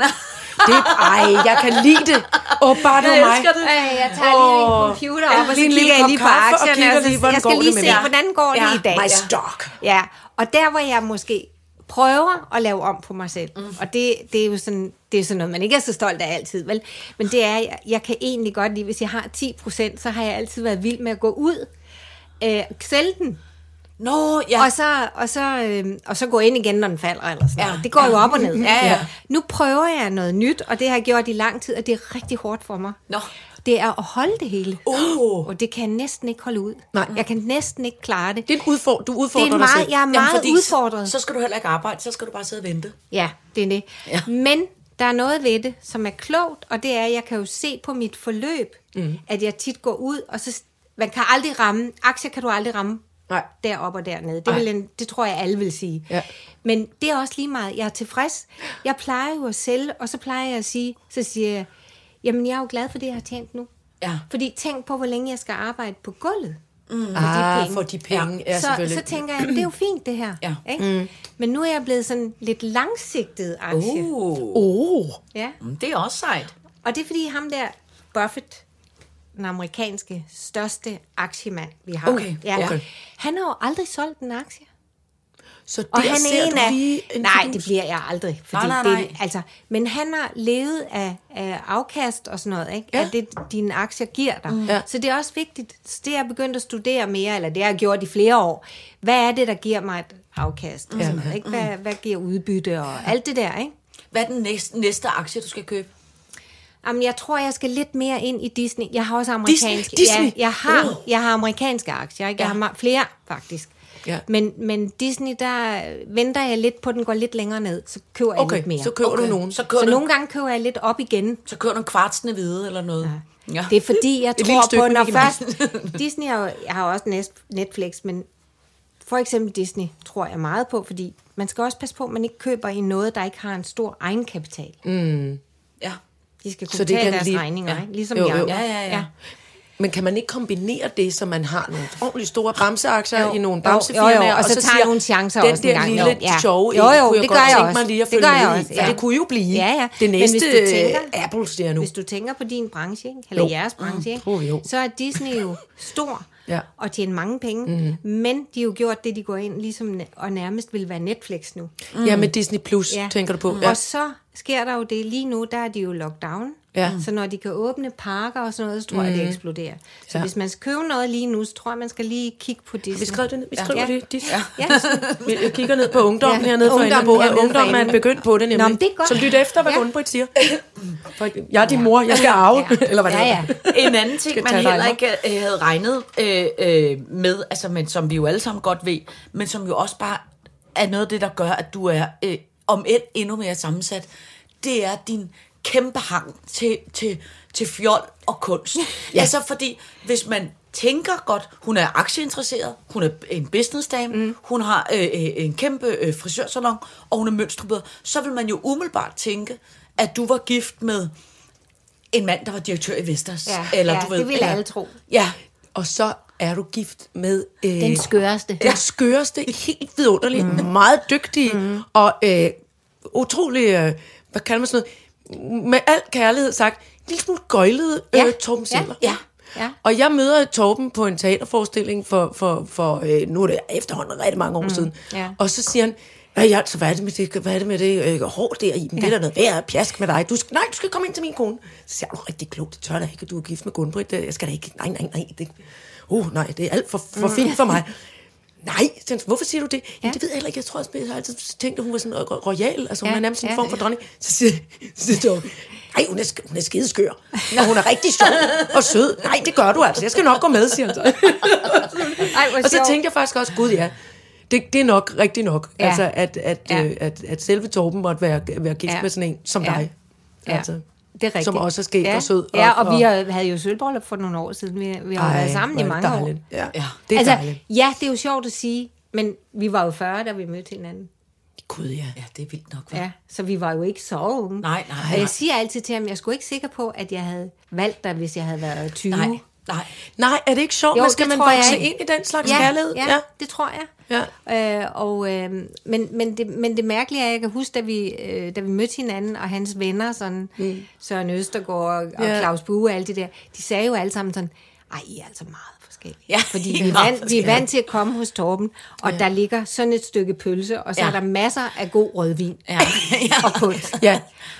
Det, ej, jeg kan lide det. Åh, oh, bare det var Jeg mig. elsker det. Ej, jeg tager lige min computer op, og så lige en lille kigger jeg kop lige på kaffe, og aktierne. kigger Og så, lige, hvordan jeg skal går lige det med se, mig. hvordan går det Ja. i dag. My Ja. stock. Ja, og der hvor jeg måske prøver at lave om på mig selv, mm. og det, det er jo sådan, det er sådan noget, man ikke er så stolt af altid, vel? Men det er, jeg, jeg kan egentlig godt lide, hvis jeg har ti procent, så har jeg altid været vild med at gå ud, øh, sælge den, Nå, ja. og så, og, så, øh, og så gå ind igen, når den falder, eller sådan Ja. noget. Det går jo op og ned. Ja, ja. Nu prøver jeg noget nyt, og det har jeg gjort i lang tid, og det er rigtig hårdt for mig. Nå. Det er at holde det hele. Uh. Og det kan jeg næsten ikke holde ud. Nej. Jeg kan næsten ikke klare det. Det er en udfordring. Du udfordrer Det er en dig meget, selv. jeg er meget fordi udfordret. Så, så skal du heller ikke arbejde, så skal du bare sidde og vente. Ja, det er det. Ja. Men der er noget ved det, som er klogt, og det er, at jeg kan jo se på mit forløb, mm. at jeg tit går ud, og så man kan aldrig ramme, aktier kan du aldrig ramme Nej. deroppe og dernede. Det, vil en, det tror jeg, alle vil sige. Ja. Men det er også lige meget. Jeg er tilfreds. Jeg plejer jo at sælge, og så plejer jeg at sige, så siger jeg, jamen jeg er jo glad for det, jeg har tjent nu. Ja. Fordi tænk på, hvor længe jeg skal arbejde på gulvet. Mm. Ah, for de penge. Ja, så, selvfølgelig. så tænker jeg, det er jo fint det her. Ja. Ikke? Mm. Men nu er jeg blevet sådan lidt langsigtet aktie. Uh. Oh. Ja. Mm, det er også sejt. Og det er fordi ham der, Buffett, den amerikanske største aktiemand, vi har. Okay, Ja. okay. Han har jo aldrig solgt en aktie. Så der Og han ser er en du af... lige en Nej, fidus. det bliver jeg aldrig. Fordi Nej, nej, nej. Det, altså, men han har levet af, af afkast og sådan noget, ikke? Ja. At det, dine aktier giver dig. Mm. Ja. Så det er også vigtigt. Så det er jeg begyndt at studere mere, eller det har jeg gjort i flere år. Hvad er det, der giver mig et afkast? Og sådan noget, ikke? Hvad, hvad giver udbytte og alt det der, ikke? Hvad er den næste, næste aktie, du skal købe? Jamen, jeg tror, jeg skal lidt mere ind i Disney. Jeg har også amerikanske. Disney? Disney? Ja, jeg har, Uh. jeg har amerikanske aktier. Ikke? Jeg Ja. har ma- flere, faktisk. Ja. Men, men Disney, der venter jeg lidt på, den går lidt længere ned. Så køber jeg Okay, lidt mere. så køber Okay. du nogen. Så køber Så du, nogle gange køber jeg lidt op igen. så køber du en kvartsende hvide eller noget. Ja. Ja. Det er fordi, jeg lille tror stykke på, med når Mickey først... Disney er jo, jeg har også næst- Netflix, men for eksempel Disney tror jeg meget på, fordi man skal også passe på, at man ikke køber i noget, der ikke har en stor egenkapital. Mm. Ja. De skal kunne Så det betale kan deres lige- regninger, ja. ikke? Ligesom Jo, jeg. jo. Ja, ja, ja. Men kan man ikke kombinere det, så man har nogle ordentligt store bremseaktier Jo, i nogle jo, bremsefirmaer, jo, jo, og så tager siger, nogle chancer den også en der gang. lille Jo, ja. sjove Jo, en, jo, kunne jeg det godt gør jeg tænke også. mig lige at Det følge gør jeg med også, i. For ja. det kunne jo blive Ja, ja. det Men næste hvis du tænker- øh, Apple siger nu. Hvis du tænker på din branche, ikke? eller Jo. jeres branche, ikke? Mm, jo. Så er Disney jo stor Ja. og tjener mange penge, mm. men de har jo gjort det, de går ind ligesom og nærmest vil være Netflix nu. Ja, med Disney Plus, Ja. tænker du på. Mm. Ja. Og så sker der jo det, lige nu, der er de jo lockdown. Ja. Så når de kan åbne parker og sådan noget, så tror jeg, det eksploderer. Så Ja. hvis man skal købe noget lige nu, så tror jeg, man skal lige kigge på Disney. Vi skriver det ned. Vi skriver Ja. det. Disney. Ja. Jeg kigger ned på ungdommen Ja, hernede for enden af ungdommen bordet. hernede for Ungdommen er enden. begyndt på det nemlig. Nå, men det er godt. Så lyt efter, hvad Ja. Gunn-Britt siger. For jeg er din mor, jeg skal arve. Ja. Eller hvad det Ja, er. ja. En anden ting, Skal man tage dig heller med. ikke øh, havde regnet øh, øh, med, altså, men som vi jo alle sammen godt ved, men som jo også bare er noget af det, der gør, at du er øh, om end endnu mere sammensat, det er din kæmpe hang til, til, til fjol og kunst. Ja. Altså fordi, hvis man tænker godt, hun er aktieinteresseret, hun er en businessdame, mm. hun har øh, en kæmpe øh, frisørsalon, og hun er mønsterbryder, så vil man jo umiddelbart tænke, at du var gift med en mand, der var direktør i Vestas. Ja, eller, ja, du ved, det vil eller, alle tro. Ja, Og så er du gift med øh, Den skøreste. den skøreste, helt vidunderlige, mm. meget dygtige mm. og øh, utrolig, øh, hvad kalder man sådan noget, med al kærlighed sagt, en lille smule gøjlede Ja. øh, Torben Ja. Siller. ja. Ja. Og jeg møder Torben på en teaterforestilling for, for, for øh, nu er det efterhånden rigtig mange år mm. siden. Ja. Og så siger han, ja, altså, hvad er det med det, hvad er det, med det øh, hår der i? Ja. Det er der noget værd pjask med dig. Du skal, nej, du skal komme ind til min kone. Så siger jeg, rigtig klogt, det tør da ikke, du er gift med Gunn-Britt. Jeg skal da ikke, nej, nej, nej. Det, uh, nej, det er alt for, for mm. fint for mig. Nej, hvorfor siger du det? Ja. Jamen, det ved jeg heller ikke. Jeg tror, jeg har altid tænkt, at hun var sådan royal. Altså, hun ja. er nærmest en ja. form for dronning. Så siger jeg, nej, hun er, hun er skideskør. Og hun er rigtig sjov og sød. Nej, det gør du altså. Jeg skal nok gå med, siger han så. Ej, og så tænkte jeg faktisk også, gud ja, det, det er nok rigtig nok. Ja. Altså, at, at, ja. øh, at, at selve Torben måtte være, være gift ja. med sådan en som ja. dig. Altså. Ja. Det er rigtigt. Som også er skægt ja. og sød. Ja, og, og vi havde jo sølvbryllup for nogle år siden. Vi, vi har Ej, været sammen i mange dejligt. år. Ja, ja, det er altså, dejligt. Ja, det er jo sjovt at sige, men vi var jo fyrre, da vi mødte hinanden. Gud, ja. Ja, det er vildt nok. Hva? Ja, så vi var jo ikke så unge. Nej, nej. Og jeg siger altid til ham, jeg skulle ikke sikker på, at jeg havde valgt dig, hvis jeg havde været tyve. Nej, nej. Nej, er det ikke sjovt? Jo, man skal man vokse ind i den slags ja, kærlighed? Ja, ja, det tror jeg. Ja. Øh, og, øh, men, men, det, men det mærkelige er, at jeg kan huske, da vi, øh, da vi mødte hinanden, og hans venner, sådan, mm. Søren Østergaard og, og ja. Claus Bue og alt det der, de sagde jo alle sammen sådan, ej, I er altså meget forskellige. Ja, fordi vi er, vant, vi er vant til at komme hos Torben, og ja. der ligger sådan et stykke pølse, og så ja. er der masser af god rødvin ja. og kunst. Ja.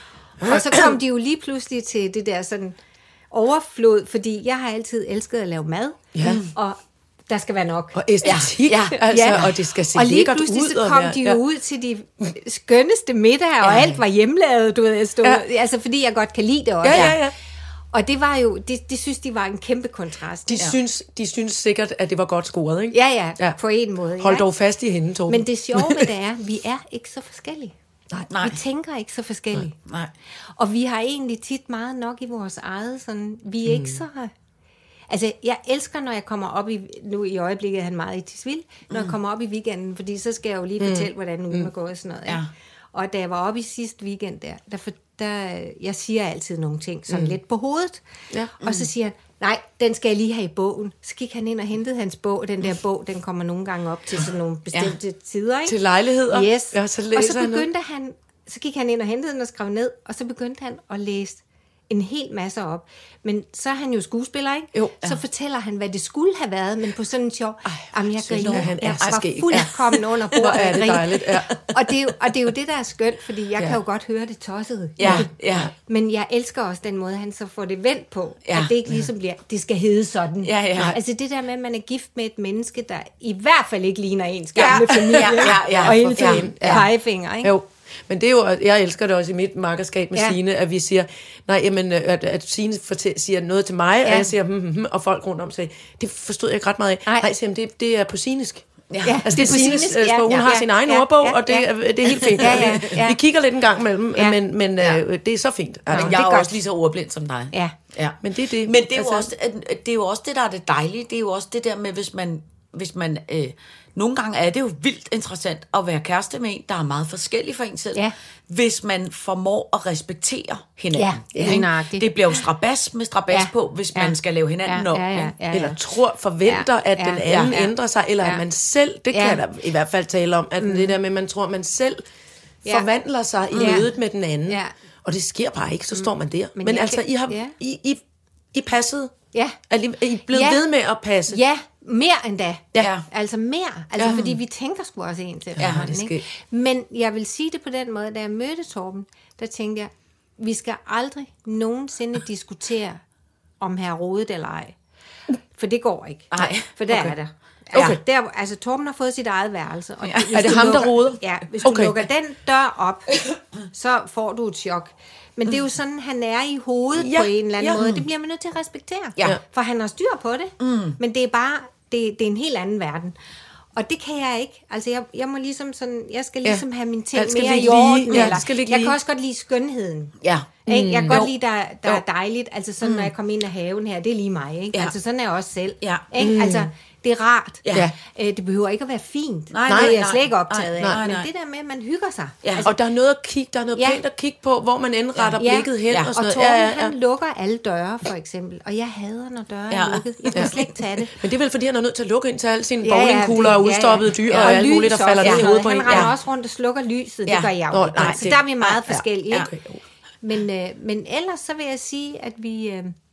Og så kom de jo lige pludselig til det der sådan overflod, fordi jeg har altid elsket at lave mad, ja. og der skal være nok. Og æstetik, ja, ja, altså, ja. og det skal se lækkert ud. Og lige pludselig så kom de jo ja. ud til de skønneste middager, og ja. alt var hjemmelavet, du ved, stod, ja. altså fordi jeg godt kan lide det også. Ja, ja, ja. Og det var jo, det, det synes de var en kæmpe kontrast. De, ja. synes, de synes sikkert, at det var godt scoret, ikke? Ja, ja, ja. på en måde. Hold ja. dog fast i hende, Torben. Men det sjove med det er, vi er ikke så forskellige. Nej, nej. Vi tænker ikke så forskellige. Nej, nej. Og vi har egentlig tit meget nok i vores eget, sådan, vi er mm. ikke så... Altså, jeg elsker, når jeg kommer op i... Nu i øjeblikket er han meget i Tisvilde. Når mm. jeg kommer op i weekenden, fordi så skal jeg jo lige mm. fortælle, hvordan ugen er gået og sådan noget. Ja. Og da jeg var oppe i sidste weekend der, der, for, der jeg siger altid nogle ting sådan mm. lidt på hovedet. Ja. Mm. Og så siger han, nej, den skal jeg lige have i bogen. Så gik han ind og hentede hans bog. Den der bog, den kommer nogle gange op til sådan nogle bestemte ja. tider, ikke? Til lejligheder. Yes. Ja, så og så begyndte han, han, så gik han ind og hentede den og skrev ned, og så begyndte han at læse en hel masse op. Men så er han jo skuespiller, ikke? Jo, ja. Så fortæller han, hvad det skulle have været, men på sådan en sjov... Jamen, jeg griner. Jeg, jeg var fuldkommen under bordet. Hvor er det dejligt, ja. og, det er jo, og det er jo det, der er skønt, fordi jeg ja. kan jo godt høre det tossede. Ja, ja. Men jeg elsker også den måde, han så får det vendt på. Ja. At det ikke ligesom bliver, det skal hedde sådan. Ja, ja. Altså det der med, at man er gift med et menneske, der i hvert fald ikke ligner ens gamle ja. familie. Ja, ja, ja. Og hele tiden ja. pegefinger, ikke? Jo. Men det er jo, jeg elsker det også i mit makkerskab med ja. Signe, at vi siger, nej, jamen, at, at Signe fortæ- siger noget til mig, ja. og jeg siger, hm, hm, hm, og folk rundt om siger, det forstod jeg ikke ret meget af. Nej, nej siger, det, det er på Sinisk. Ja. Altså, det er Sines sprog. Hun ja, har ja, sin egen ja, ordbog, ja, og det, ja. det er helt fint. Ja, ja, ja. Vi kigger lidt en gang imellem, ja. men, men ja. øh, det er så fint. Altså, jeg er også lige så ordblind som dig. Ja. Ja. Men det er det. Men det er, altså, jo også, det er jo også det, der er det dejlige. Det er jo også det der med, hvis man... Hvis man øh, nogle gange er det jo vildt interessant at være kæreste med en, der er meget forskellig for en selv, ja. hvis man formår at respektere hinanden. Ja, det, det bliver jo strabas med strabas ja. på, hvis man ja. skal lave hinanden ja, op. Ja, ja, ja, ja. Eller tror, forventer, ja, at ja, den anden ja, ændrer sig, eller ja. at man selv, det kan ja. jeg da i hvert fald tale om, at mm. det der med, at man tror, at man selv ja. forvandler sig i ja. mødet med den anden. Ja. Og det sker bare ikke, så står man der. Men, Men altså, kan, I har ja. I, I, I passet. Ja. Er I blevet ja. ved med at passe? Ja, mere end da. Ja. Altså mere. Altså ja. fordi vi tænker sgu også en til. Ja, det skal. Men jeg vil sige det på den måde, da jeg mødte Torben, der tænkte jeg, vi skal aldrig nogensinde diskutere, om her rodet eller ej. For det går ikke. Nej. For der okay. er der. Altså, okay. der, altså Torben har fået sit eget værelse. Og ja. Er det ham, lukker, der roder? Ja, hvis du okay. lukker den dør op, så får du et chok. Men det er jo sådan, han er i hovedet ja. på en eller anden ja. måde. Det bliver man nødt til at respektere. Ja. For han har styr på det. Mm. Men det er bare, det, det er en helt anden verden. Og det kan jeg ikke. Altså, jeg, jeg må ligesom sådan, jeg skal ligesom ja. have mine ting mere i orden. Ja, eller, jeg kan også godt lide skønheden. Ja. Mm. Jeg kan godt lide, der, der er dejligt. Altså sådan, mm. når jeg kommer ind af haven her, det er lige mig. Ikke? Ja. Altså, sådan er jeg også selv. Ja. Ikke? Mm. Altså, det er rart. Ja. Øh, det behøver ikke at være fint. Nej, det er jeg nej, slet ikke optaget nej, af. Nej, nej. Men det der med, at man hygger sig. Ja. Altså, og der er noget at kigge, der er noget ja. pænt at kigge på, hvor man indretter ja. blikket hen. Ja. Og, sådan og Torben, ja, ja, ja. han lukker alle døre, for eksempel. Og jeg hader, når døre ja. er lukket. Jeg kan ja. slet ikke tage det. Men det er vel, fordi han er nødt til at lukke ind til alle sine bowlingkugler og udstoppede dyr ja, ja. og alt muligt, der falder ned i hovedet på en. Han render også rundt og slukker lyset. Det gør jeg jo. Så der er vi meget forskellige. Men ellers så vil jeg sige, at vi...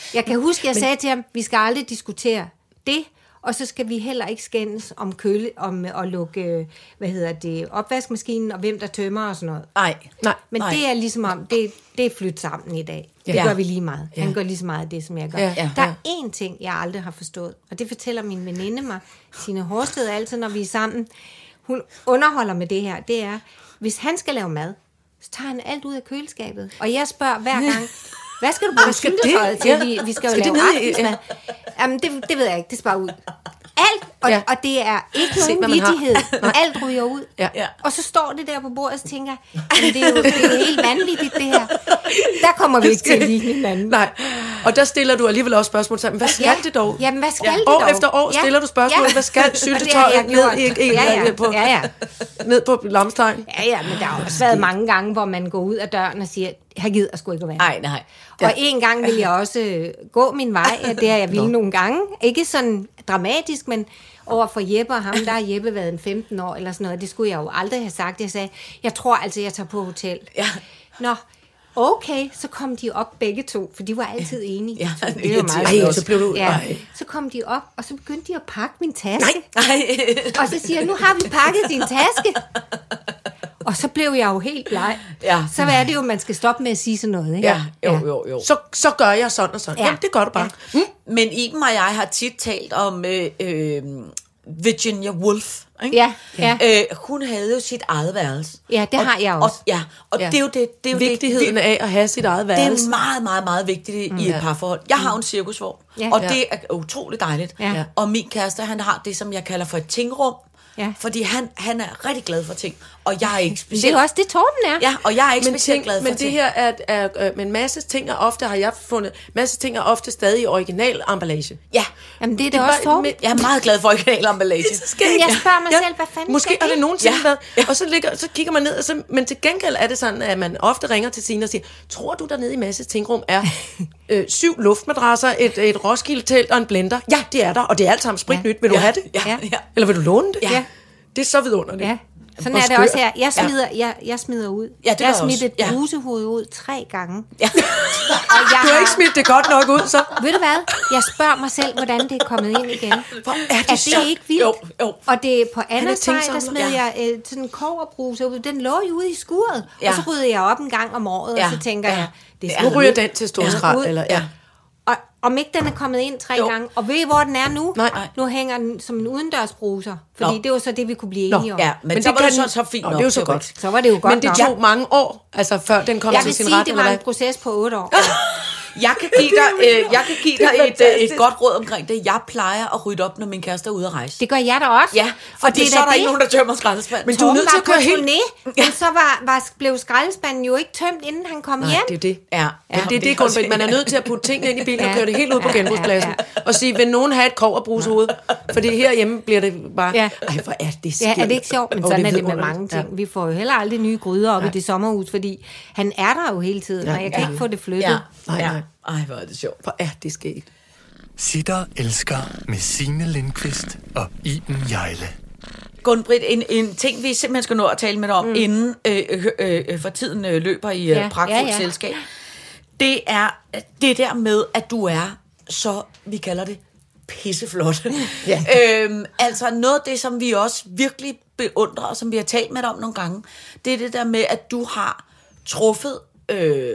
Jeg kan huske, jeg Men... sagde til ham, vi skal aldrig diskutere det, og så skal vi heller ikke skændes om køle, om at lukke, hvad hedder det, opvaskemaskinen, og hvem der tømmer og sådan noget. Nej, nej. Men nej. det er ligesom om, det, det er flyttet sammen i dag. Det Ja. gør vi lige meget. Ja. Han gør lige så meget af det, som jeg gør. Ja, ja, der er ja. én ting, jeg aldrig har forstået, og det fortæller min veninde mig, Signe Horsted, altid, når vi er sammen. Hun underholder med det her. Det er, hvis han skal lave mad, så tager han alt ud af køleskabet. Og jeg spørger hver gang, hvad skal du bruge syltetøjet til? Ja. Vi, vi skal jo Skal det lave ned i- aftensmad. Jamen, det, det ved jeg ikke. Det skal bare ud. Alt, og, Ja. ja. og det er ikke Se, nogen hvad man har. vittighed. Alt ryger ud. Ja. Ja. Og så står det der på bordet, og så tænker jeg, jamen, det er jo det er helt vanvittigt, det her. Der kommer vi ikke til at lide hinanden. Nej, og der stiller du alligevel også spørgsmål til, hvad skal Ja. det dog? Jamen, hvad skal Ja. det År dog? efter år stiller du spørgsmål, hvad skal Og det har syltetøjet jeg ned gjort. i, i, Ja, ja. ned på, Ja, ja. ned på lamstegn? Ja, ja, men der har også været mange gange, hvor man går ud af døren og siger, jeg gider sgu ikke at være. Nej, nej. Og en gang vil jeg også øh, gå min vej, og det har jeg ville nogle gange. Ikke sådan dramatisk, men over for Jeppe og ham, der har Jeppe været en femten år eller sådan noget. Det skulle jeg jo aldrig have sagt. Jeg sagde, jeg tror altså, jeg tager på hotel. Ja. Nå, okay, så kom de op begge to, for de var altid enige. Ja, de to. det Det er jo meget Ej, flot. så blev du- Ja. ej. Så kom de op, og så begyndte de at pakke min taske. Nej. Og så siger jeg, nu har vi pakket din taske. Og så blev jeg jo helt bleg. Ja. Så hvad er det jo, man skal stoppe med at sige sådan noget, ikke? Ja, jo, jo, jo. Så, så gør jeg sådan og sådan. Ja. Ja. Jamen, det gør du bare. Ja. Mm. Men Iben og jeg har tit talt om øh, øh, Virginia Woolf. Ikke? Ja, ja. Øh, hun havde jo sit eget værelse. Ja, det og, har jeg også. Og, ja, og Ja. det er jo det. det, er jo Vigtigheden det, af at have sit eget det værelse. er meget, meget, meget vigtigt i et parforhold. Jeg har jo en cirkusvogn, Ja. og Ja. det er utroligt dejligt. Ja. Og min kæreste, han har det, som jeg kalder for et tingrum. Ja. Fordi han, han er rigtig glad for ting, og jeg er ikke Men specielt. det er jo også det, Torben er. Ja, og jeg er ikke Men, specielt ting, glad for men det ting. her er, er, er men masse ting er ofte, har jeg fundet, masse ting er ofte stadig i original emballage. Ja, Jamen, det er det Det også, var- Torben. men- jeg er meget glad for originalemballage. Men jeg spørger mig selv, hvad fanden Måske skal har det det? nogensinde Ja. været, og så, ligger, så kigger man ned, og så, men til gengæld er det sådan, at man ofte ringer til Signe og siger, tror du dernede i masse tingrum er øh, syv luftmadrasser, et, et Roskilde-telt og en blender? Ja, det er der, og det er alt sammen spritnyt. Vil du Ja. have det? Ja. Ja. Ja. Eller vil du låne det? Ja. Det er så vidunderligt. Ja, sådan Hvor er det skør. også her. Jeg smider, jeg, jeg smider ud. Ja, det gør jeg jeg har smidt også. et Ja. brusehoved ud tre gange. Ja. Og jeg Du har ikke smidt det godt nok ud, så. Ved du hvad? Jeg spørger mig selv, hvordan det er kommet ind igen. Hvor er det Er det sjovt. ikke vildt? Jo, jo. Og det er på Han er anden side, der tingsamler. smed Ja. jeg øh, sådan en kobberbruse ud. Den lå jo ude i skuret. Ja. Og så ryddede jeg op en gang om året, Ja. og så tænker Ja. jeg, det Ja. skal Nu ud. ryger den til stor Ja. skrald. Ud. Eller, ja. Og om ikke den er kommet ind tre Jo. gange. Og ved I, hvor den er nu? Nej. Nu hænger den som en udendørsbruser. Fordi Nå. det var så det, vi kunne blive Nå. enige om. Ja, men, Men så det var det kan- så, så fint Nå, nok. det er jo så var godt. Så var det jo godt Men det nok. tog mange år, altså før den kom Jeg til vil sin sige, ret, det eller var hvad? en proces på otte år. Jeg kan give dig, øh, jeg kan give dig er et, øh, et fantastisk. godt råd omkring det. Jeg plejer at rydde op, når min kæreste er ude at rejse. Det gør jeg da også. Ja, fordi det så er der ikke nogen, der tømmer skraldespanden. Men du er nødt til at køre helt... turné, men så var, var, blev skraldespanden jo ikke tømt, inden han kom Nej, hjem. det er det. Ja, Ja, ja, det er det, det er Gunn også- Britt. Man er nødt til at putte tingene ind i bilen og Ja. køre det helt ud på Ja, genbrugspladsen. ja, Og sige, vil nogen have et kobberbrushoved? Fordi herhjemme bliver det bare... Ja. Ej, hvor er det Ja, skægt. er det ikke sjovt? Men Åh, sådan er det med vidunderligt. mange ting. Ja. Vi får jo heller aldrig nye gryder op i det sommerhus, fordi han er der jo hele tiden, og jeg kan Ja. ikke få det flyttet. Ja, Nej, ja. nej. Ej, hvor er det sjovt. Hvor er det skægt. Sitter elsker med Signe Lindqvist og Iben Hjejle. Gunn-Britt, en, en ting, vi simpelthen skal nå at tale med dig om, mm. inden øh, øh, øh, for tiden øh, løber i øh, Ja, pragtfuldt ja, ja. selskab, det er det der med, at du er så, vi kalder det, pisseflot. Ja. øhm, altså noget af det, som vi også virkelig beundrer, og som vi har talt med dig om nogle gange, det er det der med, at du har truffet øh,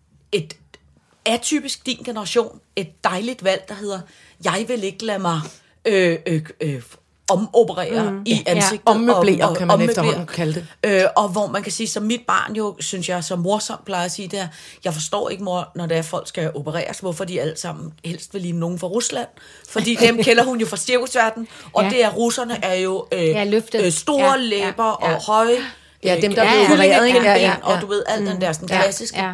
et atypisk din generation, et dejligt valg, der hedder, jeg vil ikke lade mig øh, øh, øh, omoperere mm. i ansigtet. Ommøblere, og- kan man ommøblere. efterhånden kalde det. Øh, og hvor man kan sige, som mit barn jo, synes jeg, som morsomt plejer at sige, det er, jeg forstår ikke, mor, når det er, folk skal opereres, hvorfor de alle sammen helst vil ligne nogen fra Rusland. Fordi dem kender hun jo fra cirkusverdenen, og Ja. det er, russerne er jo øh, Ja, løftet. øh, store Ja, læber ja, ja. og høje. Ja, dem, der øh, blev opereret, ikke? kyllingebenben, Ja, ja, ja. Og du ved, alt den der sådan Ja, klassiske.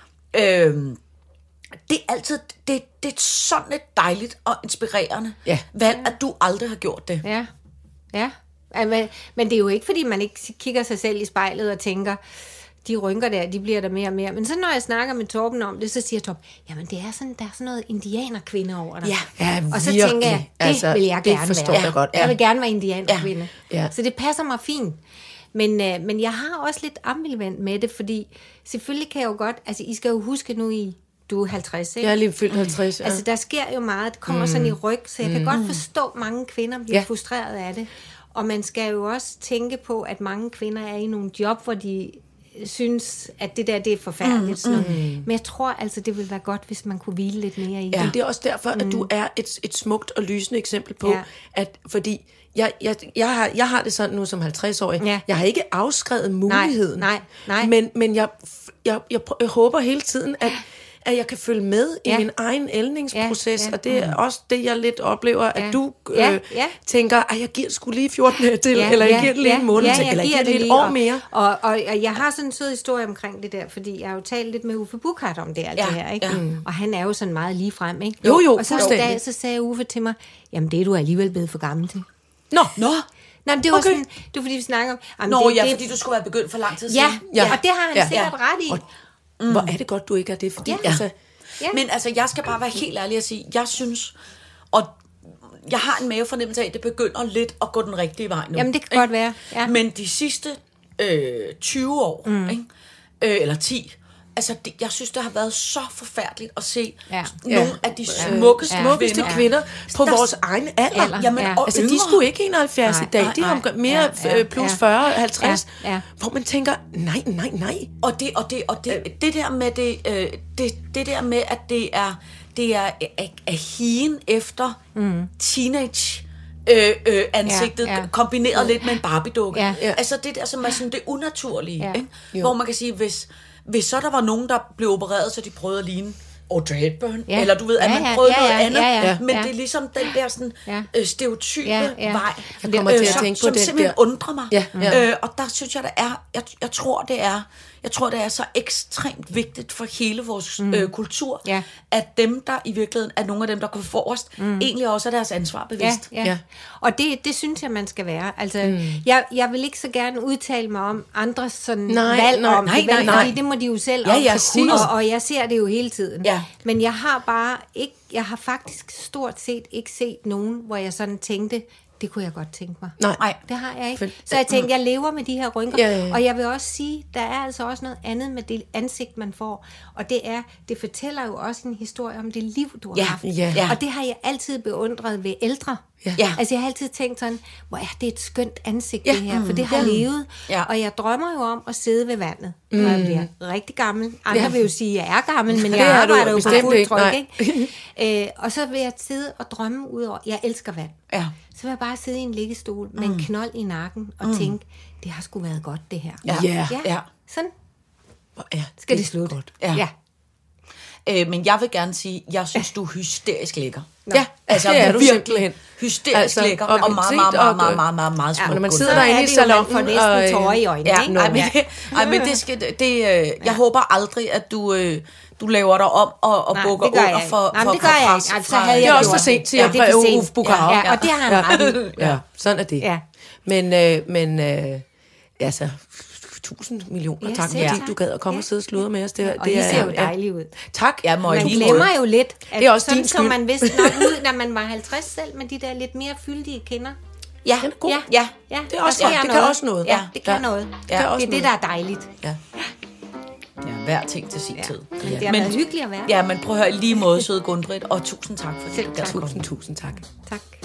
ja. Øhm, det er altid, det, det er sådan et dejligt og inspirerende Ja. valg, at du aldrig har gjort det. Ja, ja. Ja, Men, men det er jo ikke, fordi man ikke kigger sig selv i spejlet og tænker, de rynker der, de bliver der mere og mere. Men så når jeg snakker med Torben om det, så siger Torben, jamen det er sådan, der er sådan noget indianerkvinde over dig. Ja. Ja, Og så virkelig. tænker jeg, det Altså, vil jeg det gerne forstår være. jeg godt, ja. Jeg vil gerne være indianerkvinde. Ja. Ja. Så det passer mig fint. Men, øh, men jeg har også lidt ambivalent med det, fordi selvfølgelig kan jeg jo godt, altså I skal jo huske nu i du er halvtreds, ikke? Jeg er lige fyldt halvtreds, ja. Altså, der sker jo meget. Det kommer mm. sådan i ryg, så jeg kan mm. godt forstå, at mange kvinder bliver Ja. frustreret af det. Og man skal jo også tænke på, at mange kvinder er i nogle job, hvor de synes, at det der, det er forfærdeligt. Mm. Mm. Men jeg tror altså, det ville være godt, hvis man kunne hvile lidt mere i Ja. det. Det er også derfor, at du er et, et smukt og lysende eksempel på, Ja. at fordi jeg, jeg, jeg, har, jeg har det sådan nu som halvtreds-årig. Ja. Jeg har ikke afskrevet muligheden. Nej, nej. Men, men jeg, jeg, jeg, jeg håber hele tiden, at, at jeg kan følge med Ja. i min egen ældningsproces. Ja, ja. Og det er også det, jeg lidt oplever, at Ja. du øh, Ja, ja. tænker, at jeg giver sgu lige fjorten her til, eller jeg giver det lige en måned ja, til, jeg eller jeg giver det det lige et lige, år og, mere. Og, og, og jeg har sådan en sød historie omkring det der, fordi jeg har jo talt lidt med Uffe Buchhardt om det, alt Ja, det her, ikke? ja. Og han er jo sådan meget ligefrem, ikke? Jo, jo, Og så en fuldstændig. dag, så sagde Uffe til mig, jamen det er du alligevel blevet for gammel til. Nå, Nå, Nå, men det var Okay. sådan, det var fordi, vi snakker om... Jamen, Nå det, ja, det, fordi du skulle være begyndt for lang tid Ja, siden. ja, og det har han Ja. sikkert ret i. Og, mm. hvor er det godt, du ikke er det, fordi Ja. altså, Ja. Men altså, jeg skal bare være helt ærlig og sige, jeg synes, og jeg har en mavefornemmelse af, at det begynder lidt at gå den rigtige vej nu. Jamen, det kan ikke? godt være, ja. Men de sidste øh, tyve år, mm. ikke? Øh, eller ti, altså, det, jeg synes, det har været så forfærdeligt at se Ja. nogle Ja. af de smukkeste Ja. smukkeste kvinder. kvinder på Der- vores egen alder. Alder, Jamen, ja. og Altså, de er yngre. sgu ikke enoghalvfjerds Nej, i dag. nej, De er nej. om, mere Ja, ja, plus ja. fyrre, halvtreds. Ja, ja. Hvor man tænker, nej, nej, nej. Og det og det og det, det der med det, øh, det det der med at det er det er at, at higen efter mm. teenage øh, øh, ansigtet Ja, ja. kombineret lidt med en Barbie-dukke. Ja. Ja. Altså det der som er sådan det unaturlige, Ja. ikke? Jo. Hvor man kan sige hvis hvis så der var nogen der blev opereret så de prøvede at ligne Audrey Hepburn, Ja. eller du ved, at Ja, man ja, prøvede ja, noget ja, andet, ja, ja. men Ja. det er ligesom den der sådan Ja. øh, stereotype Ja, ja. vej, Jeg kommer til at som, tænke på som den simpelthen der- undrer mig. Ja, ja. Øh, og der synes jeg, der er, jeg, jeg tror, det er, jeg tror, det er så ekstremt vigtigt for hele vores mm. øh, kultur, Ja. at dem, der i virkeligheden er nogle af dem, der går forrest, mm. egentlig også er deres ansvar Ja, bevidst. ja. Ja. Og det, det synes jeg, man skal være. Altså, mm. jeg, jeg vil ikke så gerne udtale mig om andres sådan Nej, valg nej, om nej, det, vel? nej, nej. Fordi det må de jo selv Ja, om. ja, præcis. og, og jeg ser det jo hele tiden. Ja. Men jeg har bare ikke, jeg har faktisk stort set ikke set nogen, hvor jeg sådan tænkte, det kunne jeg godt tænke mig. Nej. Nej. Det har jeg ikke. For- Så jeg tænkte, jeg lever med de her rynker. Ja, ja, ja. Og jeg vil også sige, der er altså også noget andet med det ansigt, man får. Og det er, det fortæller jo også en historie om det liv, du har Ja, haft. ja. Ja. Og det har jeg altid beundret ved ældre. Ja. Ja. Altså jeg har altid tænkt sådan, hvor er det et skønt ansigt, Ja. det her, for det har levet. Ja. Og jeg drømmer jo om at sidde ved vandet, når jeg bliver rigtig gammel. Andre Ja. vil jo sige, at jeg er gammel, men Det jeg er du arbejder jo på bestemt fuld ikke, tryk. nej. Ikke? Øh, og så vil jeg sidde og drømme ud over, jeg elsker vand. Ja. Så vil jeg bare sidde i en liggestol med en knold i nakken og tænke, det har sgu været godt, det her. Ja. Ja. Ja. Sådan Hvor er skal det slutte. godt. Ja. Ja. Øh, men jeg vil gerne sige, jeg synes, du er hysterisk lækker. Ja, altså, det er du virkelig simpelthen. Hysterisk Altså, lækker, og og meget, set meget, og- meget, meget, meget, meget, meget Ja, smuk. når man Gunnar. sidder Så derinde er i det jo, man salonen, får næsten og, øh, tårer i øjnene, Ja, ikke? nej, men, det, ej, men det skal, det, øh, jeg håber aldrig, at du, øh, du laver dig om og, og Nej, bukker det gør jeg under ikke. for, Nej, men for det gør jeg pres ikke. Altså, fra- havde Det jeg er også gjort for sent til Ja, at det er for sent. Uffe Buchhardt. Ja, og det har han ret i. Ja, sådan er det. Ja. Men, øh, men øh, altså, tusind millioner Ja, tak, selv fordi tak. du gad at komme Ja. og sidde og sludre med os. Det, Og det I er, ser jo ja. dejlige ud. Tak. Ja, må jeg Man lige glemmer måde. jo lidt, at Det er også sådan din som skyld. man vidste nok ud, når man var halvtreds selv, med de der lidt mere fyldige kinder. Ja, Den er god. Ja, ja. ja. Det er også der godt. sker Det kan også noget. Ja, det kan Ja. noget. Det kan også det er det, der er dejligt. Ja. Ja, hver ting til sin Ja. tid. Men det har Men- været hyggeligt at være. Ja, men prøv at høre, i lige måde, søde Gunbrit, og tusind tak, fordi du gad at komme. Tusind, tusind tak. Tak.